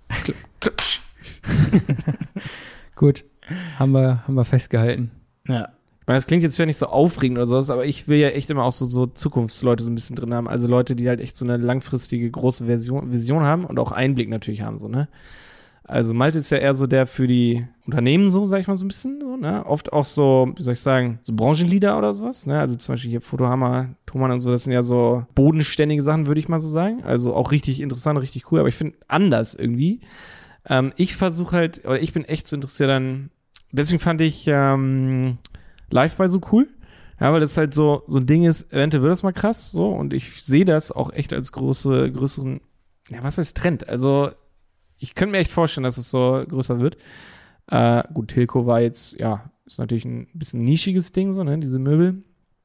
Gut, haben wir, haben wir festgehalten. Ja. Ich meine, das klingt jetzt vielleicht nicht so aufregend oder sowas, aber ich will ja echt immer auch so, so Zukunftsleute so ein bisschen drin haben. Also Leute, die halt echt so eine langfristige, große Version, Vision haben und auch Einblick natürlich haben, so, ne? Also Malte ist ja eher so der für die Unternehmen so, sag ich mal so ein bisschen, so, ne? Oft auch so, wie soll ich sagen, so Branchenleader oder sowas, ne? Also zum Beispiel hier Fotohammer, Thomann und so, das sind ja so bodenständige Sachen, würde ich mal so sagen. Also auch richtig interessant, richtig cool, aber ich finde anders irgendwie. Ähm, ich versuche halt, oder ich bin echt so interessiert an, deswegen fand ich ähm, Live-By so cool. Ja, weil das halt so, so ein Ding ist, eventuell wird das mal krass, so, und ich sehe das auch echt als große, größeren, ja, was heißt Trend? Also, ich könnte mir echt vorstellen, dass es so größer wird. Äh, gut, Hilco war jetzt, ja, ist natürlich ein bisschen nischiges Ding, so, ne, diese Möbel.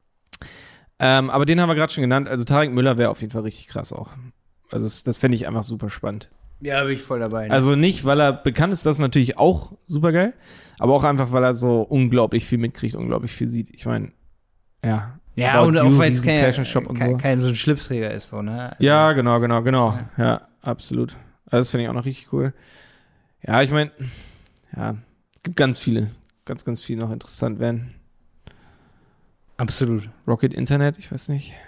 Ähm, aber den haben wir gerade schon genannt. Also Tarek Müller wäre auf jeden Fall richtig krass auch. Also das, das fände ich einfach super spannend. Ja, bin ich voll dabei. Ne? Also nicht, weil er bekannt ist, das ist natürlich auch super geil, aber auch einfach, weil er so unglaublich viel mitkriegt, unglaublich viel sieht. Ich meine, ja. Ja, und auch weil es kein, kein, so. kein so ein Schlipsträger ist, so, ne? Also, ja, genau, genau, genau. Ja, ja, absolut. Also das finde ich auch noch richtig cool. Ja, ich meine, ja, es gibt ganz viele, ganz, ganz viele noch interessant werden. Absolut. Rocket Internet, ich weiß nicht.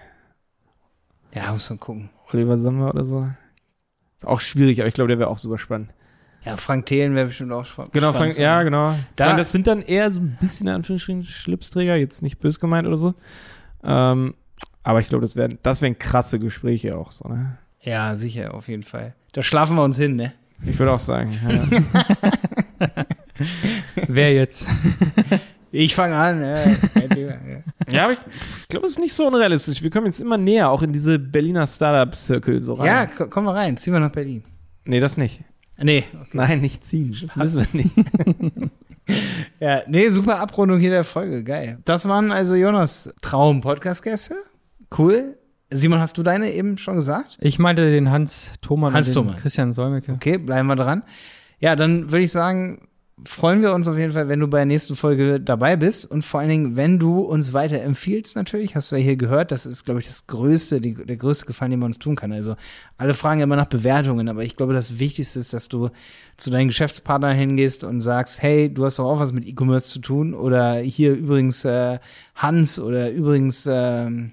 Ja, muss man gucken. Oliver Samwer oder so. Ist auch schwierig, aber ich glaube, der wäre auch super spannend. Ja, Frank Thelen wäre bestimmt auch spannend. Genau, Frank, ja, genau. Da, meine, das sind dann eher so ein bisschen in Anführungsstrichen Schlipsträger, jetzt nicht böse gemeint oder so. Ähm, aber ich glaube, das wären das wären krasse Gespräche auch so, ne? Ja, sicher, auf jeden Fall. Da schlafen wir uns hin, ne? Ich würde auch sagen, ja. Wer jetzt? Ich fange an. Ja, ja, aber ich, ich glaube, es ist nicht so unrealistisch. Wir kommen jetzt immer näher, auch in diese Berliner Startup-Circle so rein. Ja, k- kommen wir rein. Ziehen wir nach Berlin. Nee, das nicht. Nee. Okay. Nein, nicht ziehen. Das müssen wir nicht. Ja, nee, super Abrundung hier der Folge. Geil. Das waren also Jonas Traum-Podcast-Gäste. Cool. Simon, hast du deine eben schon gesagt? Ich meinte den Hans Thomann Hans und Thomann. den Christian Säumeke. Okay, bleiben wir dran. Ja, dann würde ich sagen, freuen wir uns auf jeden Fall, wenn du bei der nächsten Folge dabei bist und vor allen Dingen, wenn du uns weiterempfiehlst natürlich, hast du ja hier gehört, das ist, glaube ich, das größte, die, der größte Gefallen, den man uns tun kann. Also alle fragen ja immer nach Bewertungen, aber ich glaube, das Wichtigste ist, dass du zu deinen Geschäftspartnern hingehst und sagst, hey, du hast doch auch was mit E-Commerce zu tun oder hier übrigens äh, Hans oder übrigens äh,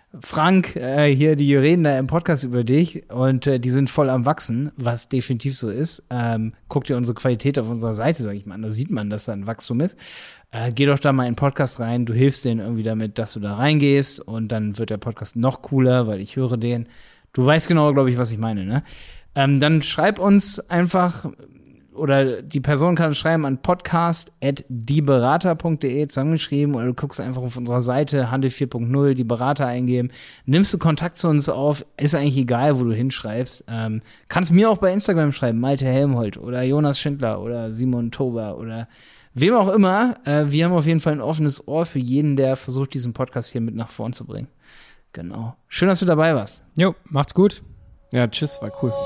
Frank, äh, hier, die reden da im Podcast über dich und äh, die sind voll am Wachsen, was definitiv so ist. Ähm, guck dir unsere Qualität auf unserer Seite, sag ich mal an, da sieht man, dass da ein Wachstum ist. Äh, geh doch da mal in den Podcast rein, du hilfst denen irgendwie damit, dass du da reingehst und dann wird der Podcast noch cooler, weil ich höre den. Du weißt genau, glaube ich, was ich meine, ne? Ähm, dann schreib uns einfach, oder die Person kann schreiben an podcast at dieberater punkt de zusammengeschrieben, oder du guckst einfach auf unserer Seite Handel vier punkt null, die Berater eingeben, nimmst du Kontakt zu uns auf, ist eigentlich egal, wo du hinschreibst. Ähm, kannst mir auch bei Instagram schreiben, Malte Helmholt oder Jonas Schindler oder Simon Tober oder wem auch immer. Äh, wir haben auf jeden Fall ein offenes Ohr für jeden, der versucht, diesen Podcast hier mit nach vorn zu bringen. Genau. Schön, dass du dabei warst. Jo, macht's gut. Ja, tschüss, war cool.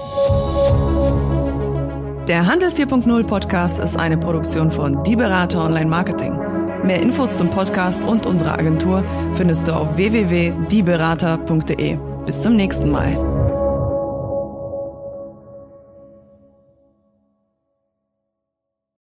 Der Handel vier punkt null Podcast ist eine Produktion von Die Berater Online Marketing. Mehr Infos zum Podcast und unserer Agentur findest du auf w w w punkt die berater punkt de. Bis zum nächsten Mal.